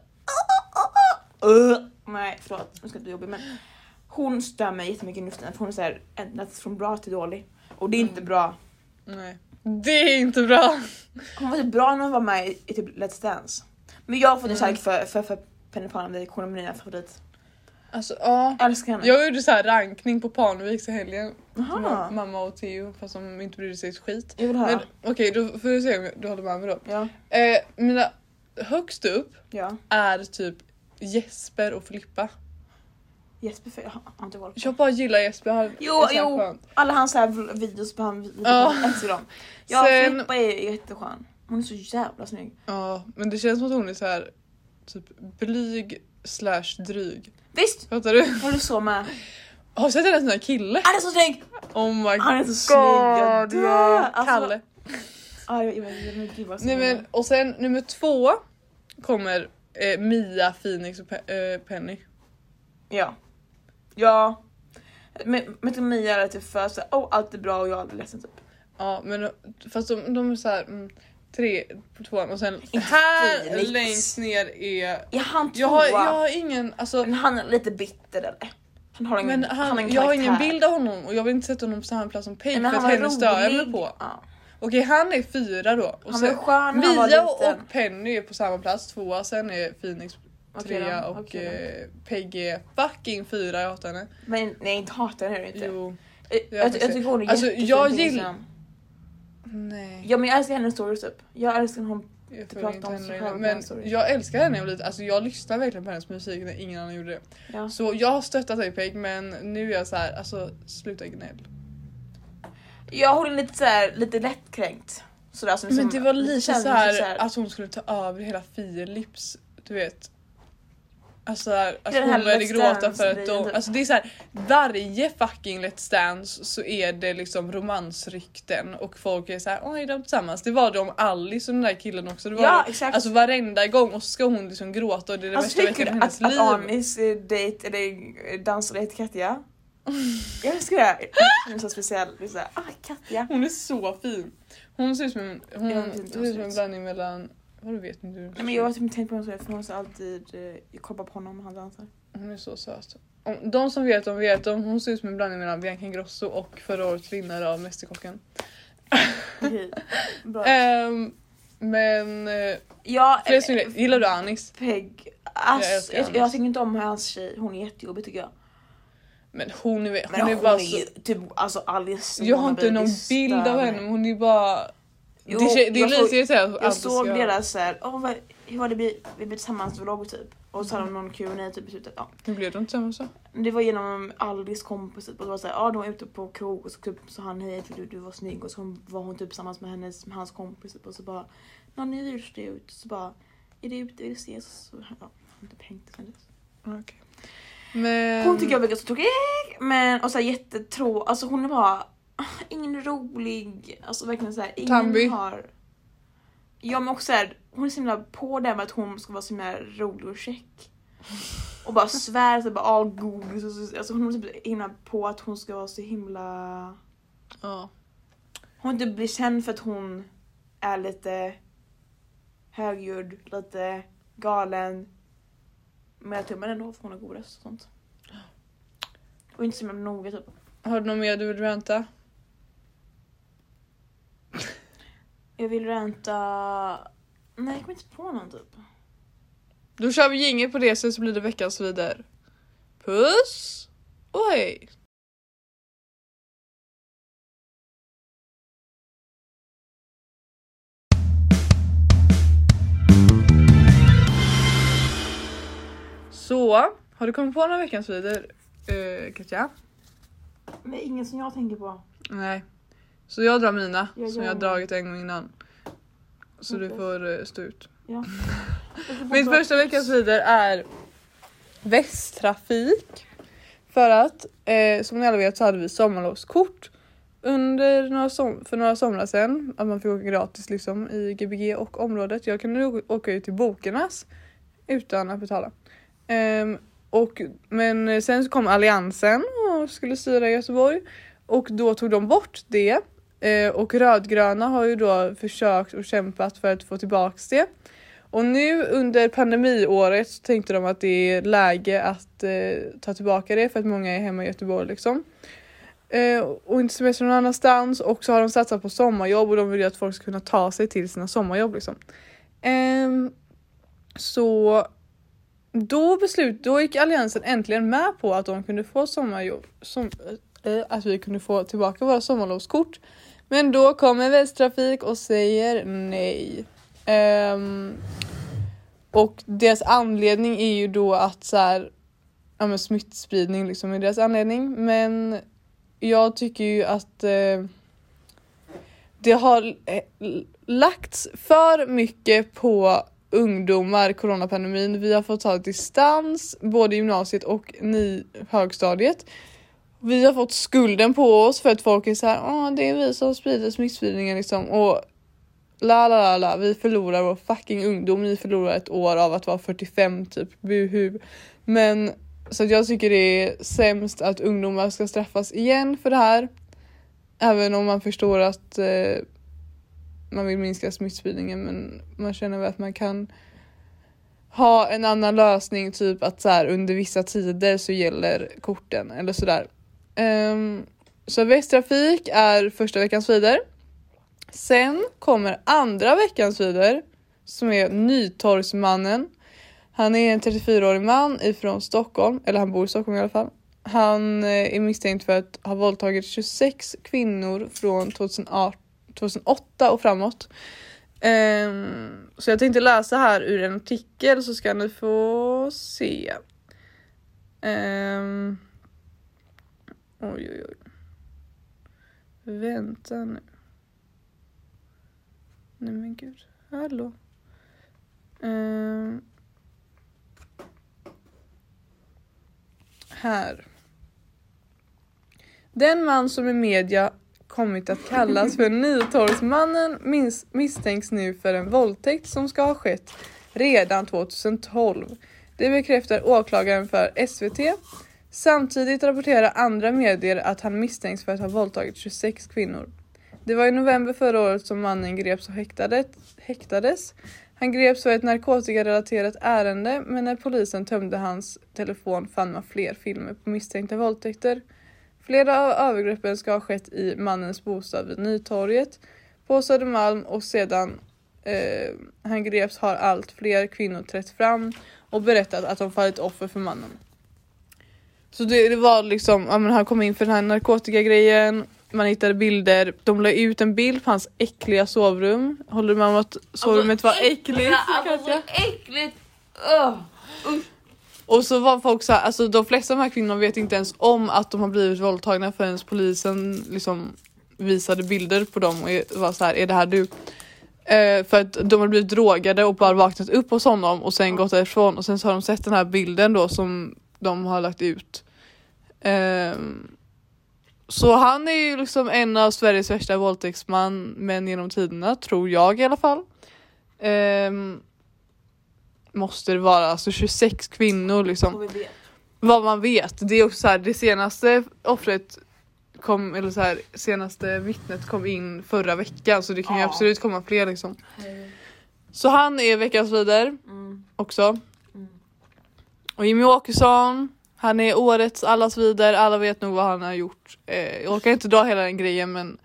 Uh, nej, förlåt, nu ska jag inte jobba, men hon stör mig jättemycket i luften. För hon är såhär, ändrat från bra till dålig. Och det är mm. inte bra. Nej, det är inte bra. Hon var typ bra när hon var med i, i typ Let's Dance. Men jag har fått en kärlek för, för, för Penny Parnevik. Hon är min nya favorit. Alltså ja, jag älskar henne. Jag gjorde så här rankning på Parneviks i helgen. Aha. Mamma och Theo, fast de inte brydde sig skit. Jag vill höra. Men okej, okay, då får du se om du håller med mig då. Ja. Eh, mina högst upp ja. är typ Jesper och Filippa. Jesper, för jag har inte varit på. Jag bara gillar Jesper. Han jo, är så jo. skönt. Alla hans så här videos på han videos Ja. på Instagram. Ja, Sen... Filippa är jätteskön. Hon är så jävla snygg. Ja, men det känns som att hon är så här typ blyg slash dryg. Visst? Fattar du? Har du så med? Har du sett en sån här kille? Han är så snygg! Oh my god. Han är så snygg. Jag dör. Alltså, Kalle. Ja, jag, jag, jag, jag, jag, jag, Nej, men, och sen nummer två kommer eh, Mia, Phoenix och Pe- eh, Penny. Ja. Ja. Men, men Mia är typ för så åh, oh, allt är bra och jag är ledsen typ. Ja, men fast de, de är så här mm, tre på tvåan och sen Inte här Phoenix. längst ner är Ja, han jag har, jag har ingen alltså, men han är lite bitter eller? Han har ingen, men han, han har en jag har ingen karaktär. bild av honom och jag vill inte sätta honom på samma plats som Paige Men för att han var henne stör jag mig rolig. på. Ja. Okej, han är fyra då. Och Han sen var skön när han var Mia liten. och Penny är på samma plats, tvåa. Sen är Phoenix Okej trea då, och okej då. eh, Peggy är fucking fyra, jag hatar henne. Men nej, inte hatar henne inte. Jo. Jag, jag jag, jag faktiskt- tycker hon är Alltså, jättefin jag på gill- Instagram. Nej. Ja, men jag älskar hennes stories typ. Jag älskar när hon Jag Det följer pratar inte om henne sig längre, själv, men hennes stories. jag älskar henne lite. Alltså jag lyssnar verkligen på hennes musik när ingen annan gjorde det. ja. Så jag har stöttat dig Peg, men nu är jag så här, alltså sluta gnäll. Jag håller lite så här, lite lättkränkt. Sådär, som, Men som- det var lite känns så här, så här- att hon skulle ta över hela Philips, du vet. Alltså här, att Den hon här började Let's gråta Dance för att grejen, de, typ. alltså det är så här, varje fucking Let's Dance så är det liksom romansrykten och folk är så här, oj, de är tillsammans. Det var det om Alice och den där killen också. Det var Ja, det, exakt. alltså varenda gång och så ska hon liksom gråta och det är det Alltså, värsta jag vet tycker i du hennes att, liv. att Anis eh, date eller dansade till Katja? Jag älskar det. Hon är så speciell. Det är så här, ah, Katja. Hon är så fin. Hon ser ut som en, hon, Jag vet inte ser vad ut som hon en ser ut. blandning mellan, vad du vet inte du. Men jag har typ tänkt på honom så här, för hon har alltid eh, jag kollar på honom när han dansar. Hon är så söt. Om, de som vet, de vet. Om hon ser ut som en blandning mellan Bianca Ingrosso och förra årets vinnare av Mästerkocken. Okej, bra. Ehm, men eh, Ja, fler eh, som gillar- gillar du Anis? Peg. Jag Alltså, älskar jag, Anis. jag tycker inte om hans tjej. Hon är jättejobbig tycker jag. Men hon är, hon Men är hon bara är så... ju typ alltså Alice. Jag har inte Wannabe, någon det bild stör av mig. henne, men hon är bara... Jo, det, kä- det är jag lite såg- irriterande att Jag allt såg ska- deras såhär, åh vad, hur var det vi, vi blev tillsammans vlogg typ. Och så hade de någon Q and A typ i slutet. Ja. Nu blev de tillsammans så. Det var genom Alice kompis typ. Och det var såhär, ja de var ute på krog och så typ så han hej du, du var snygg. Och så var hon typ tillsammans med hennes, med hans kompis typ. Och så bara, när ni är ute ut så bara, är det ute vill ses? Så ja, hon typ hängde sen dess. Okej. Men... Hon tycker jag verkar så tråkig. Men och så här jättetrå, alltså hon är bara ingen rolig, alltså verkligen så här ingen Tambi. har. Ja men också så här, hon är så himla på det med att hon ska vara så himla rolig och check. Och bara svär så bara ah godis och så, alltså hon är typ himla på att hon ska vara så himla. Ja. Hon inte blir känd för att hon är lite högljudd, lite galen. Men jag tror man ändå får hon har god röst och sånt. Och inte så himla noga typ. Har du något mer du vill ranta? Jag vill ränta. Nej, jag kommer inte på någon typ. Då kör vi jingle på det så blir det veckans vidare. Puss och hej! Så, har du kommit på några veckans vidare, uh, Katja? Men ingen som jag tänker på. Nej. Så jag drar mina, Jag som gör jag har min. dragit en gång innan. Så du Okej. får uh, stå ut. Ja. Min första veckans vidare är Västtrafik. För att, eh, som ni alla vet så hade vi sommarlovskort under några som- för några somrar sedan. Att man fick åka gratis liksom i G B G och området. Jag kunde å- åka ut till Bokernas utan att betala. Um, och, men sen så kom Alliansen och skulle styra Göteborg. Och då tog de bort det. Uh, och rödgröna har ju då försökt och kämpat för att få tillbaka det. Och nu under pandemiåret så tänkte de att det är läge att uh, ta tillbaka det. För att många är hemma i Göteborg liksom. Uh, och inte semester någon annanstans. Och så har de satsat på sommarjobb. Och de vill ju att folk ska kunna ta sig till sina sommarjobb liksom. Um, så... Då beslut, då gick Alliansen äntligen med på att de kunde få sommarjobb, som, äh, att vi kunde få tillbaka våra sommarlovskort. Men då kommer Västtrafik och säger nej. Um, och deras anledning är ju då att så här, ja men smittspridning liksom är deras anledning. Men jag tycker ju att uh, det har lagts för mycket på ungdomar, coronapandemin. Vi har fått ta distans både i gymnasiet och i högstadiet. Vi har fått skulden på oss för att folk är så här, åh det är vi som sprider smittspridningen liksom. Och la la la la, vi förlorar vår fucking ungdom. Vi förlorar ett år av att vara fyrtiofem typ, buhu. Men så att jag tycker det är sämst att ungdomar ska straffas igen för det här. Även om man förstår att eh, man vill minska smittspridningen, men man känner väl att man kan ha en annan lösning, typ att så här, under vissa tider så gäller korten eller sådär. Um, så Västtrafik är första veckans vidare. Sen kommer andra veckans vidare som är Nytorgsmannen. Han är en trettiofyraårig man ifrån Stockholm, eller han bor i Stockholm i alla fall. Han är misstänkt för att ha våldtagit tjugosex kvinnor från tjugohundraåtta och framåt. Um, så jag tänkte läsa här ur en artikel så ska ni få se. Um, oj oj oj. Vänta nu. Nej men gud. Hallå. Um, här. Den man som i media kommit att kallas för Nytorgsmannen mis- misstänks nu för en våldtäkt som ska ha skett redan tjugohundratolv. Det bekräftar åklagaren för S V T. Samtidigt rapporterar andra medier att han misstänks för att ha våldtagit tjugosex kvinnor. Det var i november förra året som mannen greps och häktades. Han greps för ett narkotikarelaterat ärende, men när polisen tömde hans telefon fann man fler filmer på misstänkta våldtäkter. Flera av övergreppen ska ha skett i mannens bostad vid Nytorget på Södermalm, och sedan eh, han greps har allt fler kvinnor trätt fram och berättat att de fallit offer för mannen. Så det, det var liksom, ja, men han kom in för den här narkotikagrejen, man hittade bilder, de la ut en bild på hans äckliga sovrum. Håller du med om att sovrummet alltså, var äckligt? Alltså så äckligt! Uh. Uh. Och så var folk så här, alltså de flesta av de här kvinnorna vet inte ens om att de har blivit våldtagna förrän polisen liksom visade bilder på dem och var så här, är det här du? Eh, för att de har blivit drogade och bara vaknat upp hos honom och sen gått därifrån, och sen så har de sett den här bilden då som de har lagt ut. Eh, så han är ju liksom en av Sveriges värsta våldtäktsman, men genom tiderna, tror jag i alla fall. Eh, måste det vara alltså tjugosex kvinnor liksom. Vad man vet. Det är också så här, det senaste offret kom, eller så här, senaste vittnet kom in förra veckan, så det kan ju ja. absolut komma fler liksom. Mm. Så han är veckans vidare mm. också. Mm. Och Jimmy Åkesson, han är årets allas vidare. Alla vet nog vad han har gjort. Eh, jag kan inte dra hela den grejen, men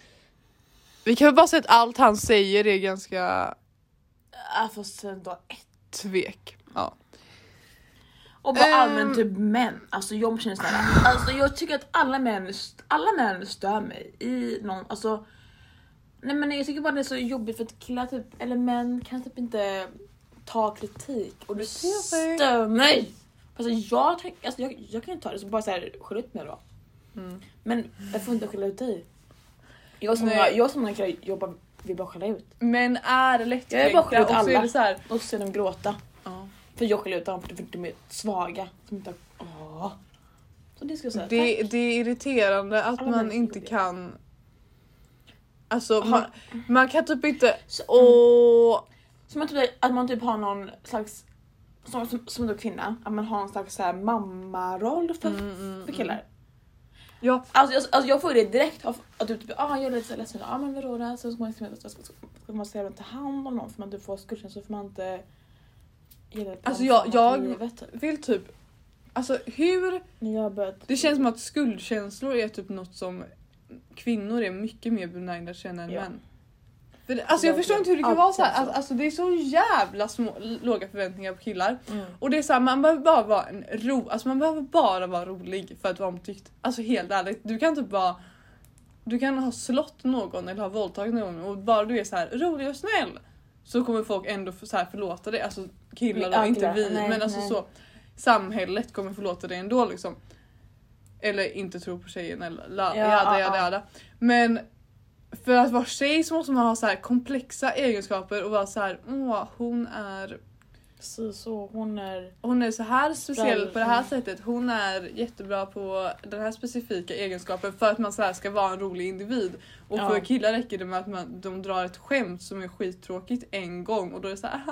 vi kan väl bara säga att allt han säger är ganska jag får sen då ett tvek. Ja. Och bara um, allmänt typ män. Alltså jag känner såhär. Alltså jag tycker att alla män alla män stör mig i någon, alltså nej men jag tycker bara det är så jobbigt för att killar typ, eller män kan typ inte ta kritik, och det stör mig. Alltså jag alltså jag, jag kan inte ta det så bara så här skälla ut mig då. Mm. Men jag får inte skälla ut dig. Jag som jag, jag som man kan jobba vill bara skälla ut. Men är lätt. Jag är bara skälla ut alla. Och så, så här. Och så ser de gråta. Ja. För jag skäller ut dem för de är svaga. Som inte har... Åh. Så det ska jag säga. Det, Tack. det är irriterande att Alla man människor inte det. kan... Alltså Aha. man, man kan typ inte... Så, Åh... som att, typ, att man typ har någon slags, som, som, som då kvinna, att man har en slags så här mammaroll för, Mm, mm, för killar. Ja, Alltså, jag, alltså jag får det direkt av att du typ, ah, han gör lite så här ledsen, ah men vadå det? Så ska man, ska, ska, ska man säga ta hand om någon för man inte får skuldkänslor så får man inte ge det på Alltså, dem jag- framåt jag- i livet, typ. vill typ... Alltså hur... Jag har börjat... Det känns som att skuldkänslor är typ något som kvinnor är mycket mer benägna att känna än Ja. män. För det, alltså jag förstår inte hur det kan Allt vara så här. känns så. Alltså, alltså det är så jävla små, låga förväntningar på killar. Mm. Och det är så här, man behöver bara vara en ro, alltså man behöver bara vara rolig för att vara omtyckt. Alltså helt ärligt, du kan typ bara du kan ha slått någon eller ha våldtagit någon och bara du är så här rolig och snäll så kommer folk ändå för, så här förlåta dig. Alltså killar då, Ja, inte killar. vi, Nej, men alltså nej. så samhället kommer förlåta dig ändå liksom. Eller inte tro på tjejen eller la, Ja, jada, ja, jada, ja. jada. Men för att vara tjej så måste man ha så här komplexa egenskaper och vara så här, åh, hon är Precis så, hon är... hon är så här speciell Sprall. på det här sättet. Hon är jättebra på den här specifika egenskapen för att man så här ska vara en rolig individ. Och Ja. för killar räcker det med att man, de drar ett skämt som är skittråkigt en gång och då är det så här.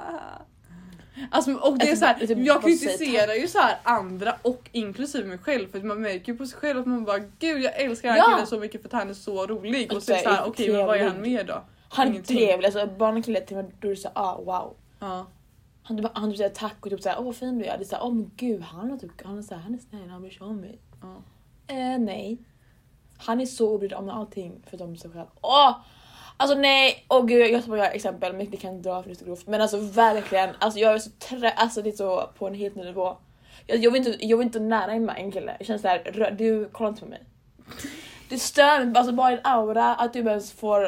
Alltså, och det är så här, Alltså, typ jag bara säga kritiserar ju så här andra och inklusive mig själv för att man märker ju på sig själv att man bara gud jag älskar den här Ja. killen så mycket för att han är så rolig och Alltså, så är det så här, är okej men vad är han trevlig. mer då? Han är Ingenting. trevlig, alltså barn och killar till mig, då är det så ah wow. Ja. Han typ, han typ säger tack och typ såhär, åh vad fin du är. Det är såhär, åh men gud, han är typ, han är såhär, han är snäll, han bryr sig om mig. Ja. Eh, nej. Han är så obrydd om allting förutom sig själv. Åh! Alltså nej, åh gud, jag ska bara göra exempel, men det kan inte dra för det är så grovt. Men alltså verkligen, alltså jag är så trä, alltså det är så på en helt ny nivå. Jag, jag, vill inte, jag vill inte nära in med en kille. Jag känner såhär, rö- du kollar inte på mig. Det stör mig, alltså bara en aura att du ens får,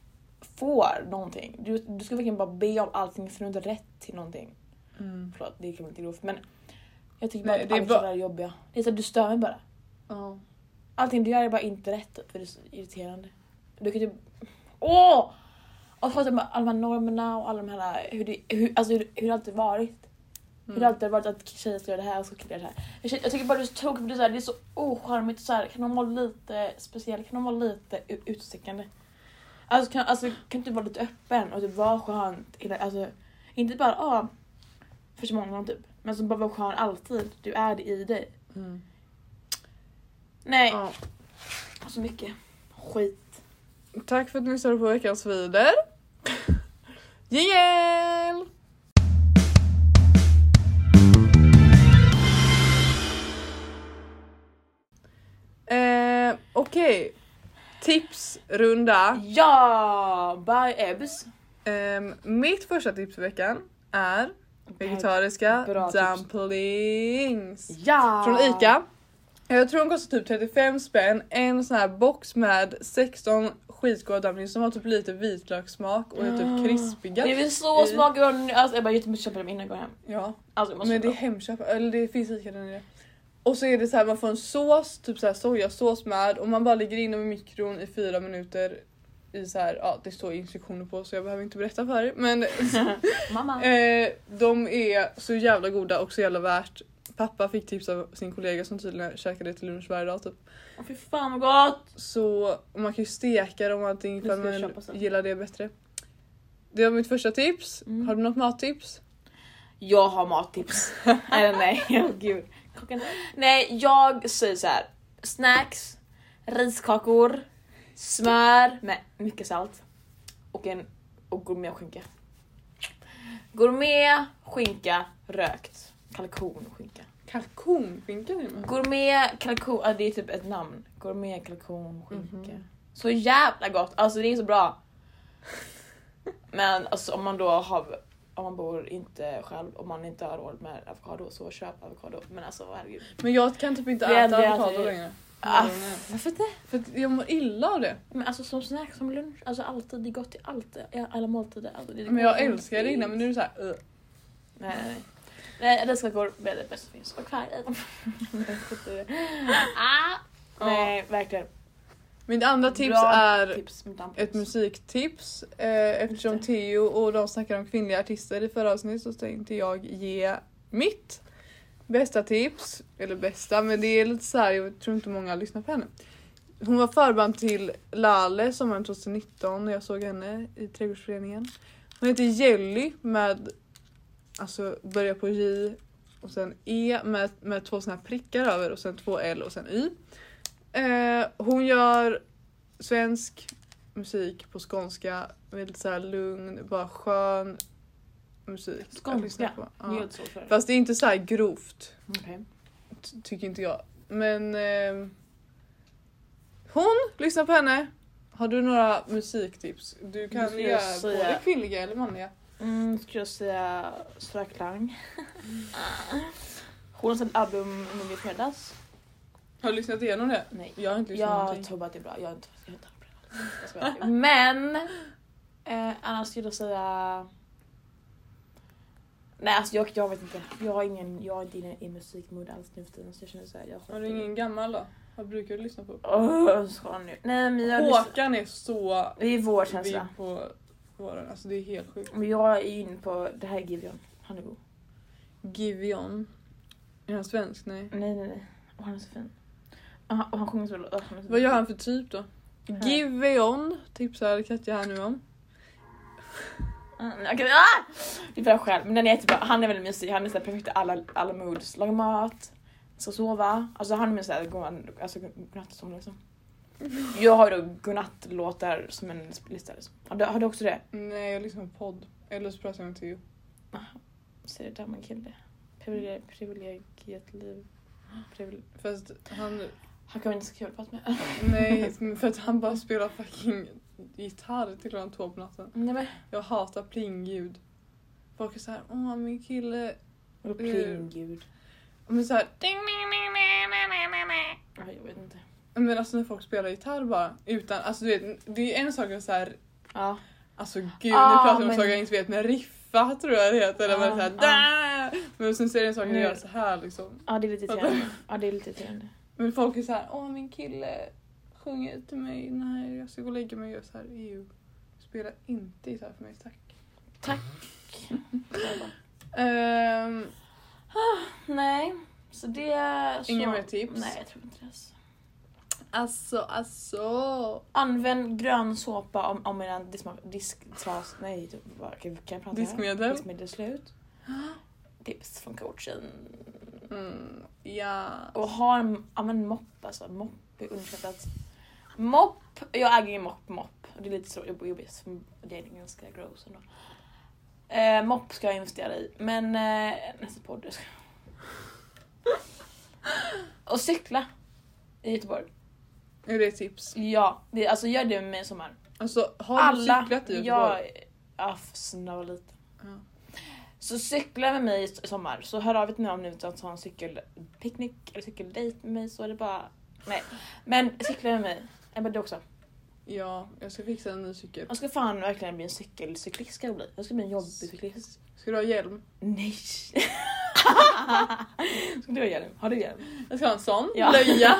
får någonting. Du, du ska verkligen bara be om allting för du har inte rätt till någonting. Mm. Förlåt, det kan inte grovt, men jag tycker bara Nej, att det är alla bra. killar är jobbiga. Det är så att du stör mig bara. Ja. Allting du gör är bara inte rätt, för det är så irriterande. Du kan typ... Åh! Och så med alla de här normerna och alla de här... Hur det, hur, alltså hur, hur det alltid varit. Hur det alltid har varit att tjejer ska göra det här och ska killar göra det här. Jag, känner- jag tycker bara det är så tråkigt, för det är så, här, det är så ocharmigt. Så här, kan de vara lite speciell? Kan de vara lite u- utstickande? Alltså kan, alltså kan du vara lite öppen och typ vara skönt? Eller, alltså, inte bara ah, för så många typ. Men som bara vara skön alltid. Du är det i dig. Mm. Nej. Ja. Så mycket skit. Tack för att ni lyssnade på veckans vider. Jingel! Eh, Okej. Tipsrunda. Ja! By Ebbs. Eh, mitt första tips för veckan är vegetariska Bra tips. dumplings. Ja! Från Ica. Jag tror de kostar typ trettiofem spänn. En sån här box med sexton skitgoda dumplings som har typ lite vitlökssmak och är typ krispiga. Det är så I- smaker nu. Alltså jag bara jättemåste köpa dem innan jag går hem. Ja, Alltså jag måste men det är köpa dem. Hemköp, eller det finns Ica där nere. Och så är det så här, man får en sås, typ så här sojasås med och man bara lägger in dem i mikron i fyra minuter i så här, ja det står instruktioner på så jag behöver inte berätta för er, men Mamma. eh, de är så jävla goda och så jävla värt. Pappa fick tips av sin kollega som tydligen käkade det till lunch varje dag typ. Åh fy fan vad gott! Så och man kan ju steka dem och allting Det för ska jag man köpa sen. gillar det bättre. Det var mitt första tips. Mm. Har du något mattips? Jag har mattips. Eller nej, oh, gud. Klockan. Nej, jag säger så här: snacks, riskakor, smör med mycket salt och en och gourmetskinka. Gourmet skinka rökt, kalkonskinka. Kalkonskinka är det med. Gourmet kalkon, ah, det är typ ett namn. Gourmet kalkonskinka. Mhm. Så jävla gott. Alltså det är så bra. Men alltså om man då har, om man bor inte själv, om man inte har råd med avokado, så köp avokado. Men alltså herregud. Men jag kan typ inte Det är äta det avokado att- längre. Ah, Mm. varför inte? För att jag mår illa av det. Men alltså som snack, som lunch, alltså alltid, det är gott till allt, i alla måltider. Alltså, det är Men jag gott. älskar det innan, men nu är det så här. Uh. Nej, nej, nej. Nej, det ska gå med det bästa som finns. Och kvar i dem. ah, nej, verkligen. Mitt andra tips Bra är tips med dumplings. ett musiktips. Eh, eftersom Just det. Theo och de snackar om kvinnliga artister i förra avsnittet så tänkte jag ge mitt. bästa tips, eller bästa, men det är lite så här, jag tror inte många lyssnar på henne. Hon var förband till Lale sommaren tjugonitton när jag såg henne i Trädgårdsföreningen. Hon heter Jelly med, alltså börjar på J och sen E med, med två såna här prickar över och sen två L och sen Y. Eh, hon gör svensk musik på skånska, väldigt så här lugn, bara skön musik. Skånska? På. Ja. Det är inte så för. Fast det är inte så här grovt. Okay. Ty- tycker inte jag. Men eh, hon, lyssna på henne. Har du några musiktips? Du kan Ska göra jag säga- både kvinnliga eller manliga. Mm, skulle jag säga Sara Klang. Hon har sett album nu i fredags. Har du lyssnat igenom det? Nej. Jag har inte lyssnat Jag någonting. tror bara att det är bra. Jag har inte, jag har inte hört på det. Jag skojar. Men eh, annars skulle jag säga... Nej, alltså jag, jag vet inte. Jag har ingen, jag är inte inne i musikmood alls nu för tiden, så jag känner så här, jag Har du ingen gammal då? Vad brukar du lyssna på? Åh, ska nu. Nej, men jag lyssnar- Håkan är så Det är vår vibb känsla. på våren. Alltså det är helt sjukt. Men jag är inne på det här är Giveon. Han är god. Giveon. Är han svensk? Nej. Nej, nej, nej. Och han är så fin. Och han, och han sjunger så bra. Han är så Vad gör han för typ då? Här. Giveon tipsar Katja här nu om. Mm, okay. ah! Det är bra själv. Men den är jättebra. Han är väldigt mysig. Han är så här perfekt i alla, alla moods. Laga mat. Ska sova. Alltså han är med såhär godnatt, alltså godnattsång liksom. Jag har då godnattlåtar som en lista liksom. Har du, har du också det? Nej, jag lyssnar på podd. Eller så pratar jag med Theo. Ser det där man kille. Privileg- Privilegierat liv. Privile- Fast han... Han kan inte så kul att prata med. Nej, för att han bara spelar fucking gitarr till klockan två på natten. Nej men. Jag hatar plingljud. Folk är såhär, åh min kille... Vadå plinggud? Men såhär... Ja, jag vet inte. Men alltså när folk spelar gitarr bara. Utan, alltså du vet, det är en sak att såhär... Ja. Alltså gud, Ah, nu pratar jag om men- saker jag inte vet. Men riffa tror jag det heter. Eller Ah, bara såhär... ah. "Dah!" Men sen ser det en sak att Nu- göra så här liksom. Ja, det är lite irriterande. Ja, det är lite irriterande. Men folk är såhär, åh min kille sjunger till mig när jag ska gå och lägga mig och gör såhär, ew. Spela inte gitarr för mig, tack. Tack. Ehm, Nej, så det är så... Inga mer tips? Nej, jag tror inte det. Alltså. alltså, alltså. Använd grön såpa om, om en disk- disktras... Nej, det- vad- kan, kan jag prata här? Diskmedel. Diskmedel är slut. Tips från coachen. Mm, ja. Och ha en, använd mopp alltså. Mopp är underskattat. Mopp, jag äger ju mopp, mopp. Och det är lite så jobbigt för det är ganska gross ändå. Eh, mopp ska jag investera i. Men eh, nästa podd ska och cykla i Göteborg. Är det ett tips? Ja, det, alltså gör det med sommar. Alltså, har Alla, du cyklat i Göteborg? jag, ja, sen jag var liten. Ja. Så cykla med mig i sommar. Så hör av er till mig om ni vill ta en cykelpicknick eller cykeldejt med mig, så är det bara... Nej, men cykla med mig. Ebba, du också. Ja, jag ska fixa en ny cykel. Jag ska fan verkligen bli en cykelcyklist, ska jag bli. Jag ska bli en jobbig cyklist. Ska du ha hjälm? Nej. Ska du ha hjälm? Har du hjälm? Jag ska ha en sån. Ja. Blöja.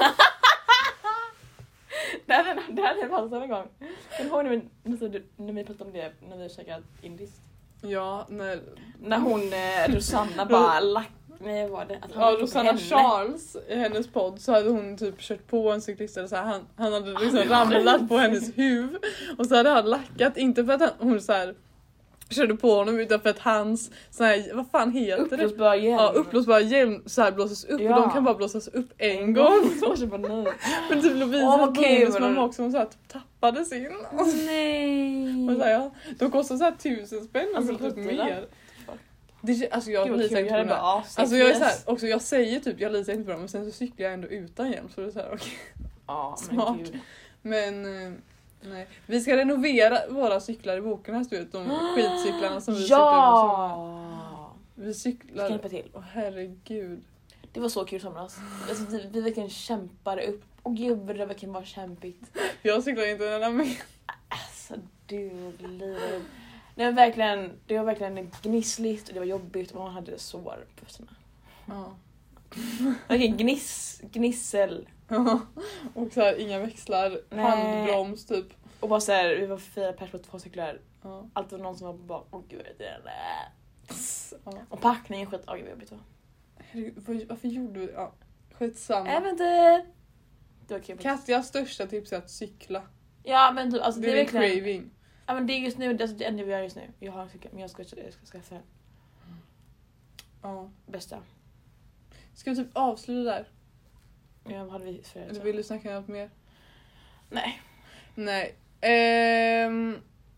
Det här är det här är pratat om en gång. Men ihåg när vi, när vi pratade om det när vi käkade indiskt. Ja, när... När hon, eh, Rosanna bara lack... Nej, vad var det? Att han Ja, lackade på Rosanna henne. Charles i hennes podd så hade hon typ kört på en cyklist eller så här, han, han hade liksom ramlat på hennes huvud och så hade han lackat, inte för att han, hon så här körde på honom utan för att hans så här, vad fan heter det? Uppblåsbar hjälm. Ja, uppblåsbar hjälm så här blåses upp Ja. och de kan bara blåsas upp en gång. Så jag bara nej. Men typ Lovisa Åh, vad kul. bonusmamma också, hon så här, typ, tappade sin. Nej. Och så här, ja, de kostar så här tusen spänn Alltså, alltså, typ kostar det? mer. Det, alltså jag Gud, vad litar kul. inte Jag på hade det här. bara, ah, Alltså jag är så här, yes. också jag säger typ jag litar inte på dem men sen så cyklar jag ändå utan hjälm så det är så här okej. Ja, Smart. men gud. Men eh, nej, vi ska renovera våra cyklar i boken här, du vet de skitcyklarna som vi cyklar på sommaren. Ja. Vi Vi ska cyklar. hjälpa till. Åh herregud. Det var så kul somras. Alltså, vi, vi verkligen kämpade upp. Och gud, det verkligen var kämpigt. Jag cyklar inte den här med. Alltså du, livet. Det var verkligen, det var verkligen gnissligt och det var jobbigt och man hade sår på fötterna. Ja. Okej, gniss, gnissel. Och så här inga växlar, Nej. handbroms typ. Och bara så här, vi var fyra pers på två cyklar. Ja. Allt var någon som var bara, åh gud vad är det där? Ja. Och packningen skit, åh gud vad jobbigt det var. Herregud, varför gjorde du det? Ja, skitsamma. Äventyr! Det var kul. Katjas största tips är att cykla. Ja men typ, alltså Det det är är en verkligen... craving. Ja men det är just nu, alltså, det enda jag gör just nu. Jag har en cykel, men jag ska, jag ska skaffa den. Ja. Bästa. Ska vi typ avsluta där? Ja, vad hade vi för Eller vill du snacka något mer? Nej. Nej. Ehm...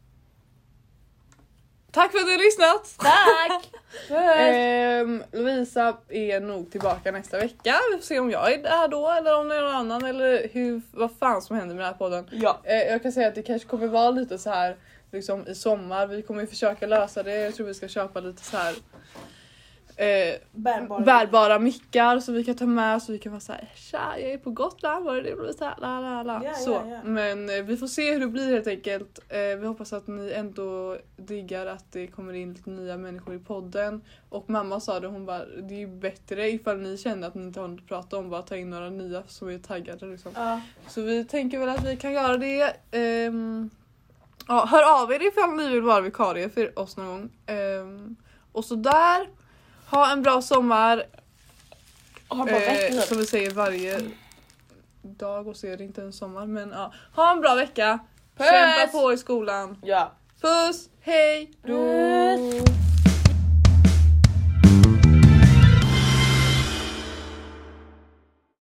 Tack för att du har lyssnat! Tack! Ehm, Lovisa är nog tillbaka nästa vecka. Vi får se om jag är där då eller om det är någon annan eller hur, vad fan som händer med den här podden. Ja. Eh, jag kan säga att det kanske kommer vara lite så här liksom i sommar. Vi kommer ju försöka lösa det. Jag tror vi ska köpa lite så här eh, Bärbara. bärbara mickar så vi kan ta med, så vi kan vara så här: tja, jag är på Gotland, var det det blir så här, la, la, la. Ja, så. ja, ja. Men eh, vi får se hur det blir helt enkelt. Eh, vi hoppas att ni ändå diggar att det kommer in lite nya människor i podden. Och mamma sa det, hon bara, det är ju bättre ifall ni känner att ni inte har något att prata om, bara ta in några nya som är taggade liksom. Ja. Så vi tänker väl att vi kan göra det. Ehm, ja, hör av er ifall ni vill vara vikarie för oss någon gång. Ehm, och så där. Ha en bra sommar. Och ha en bra vecka. Eh, som vi säger varje dag, och så är det inte en sommar. Men ja, ha en bra vecka. Puss! Kämpa på i skolan. Ja. Puss, hej då! Puss!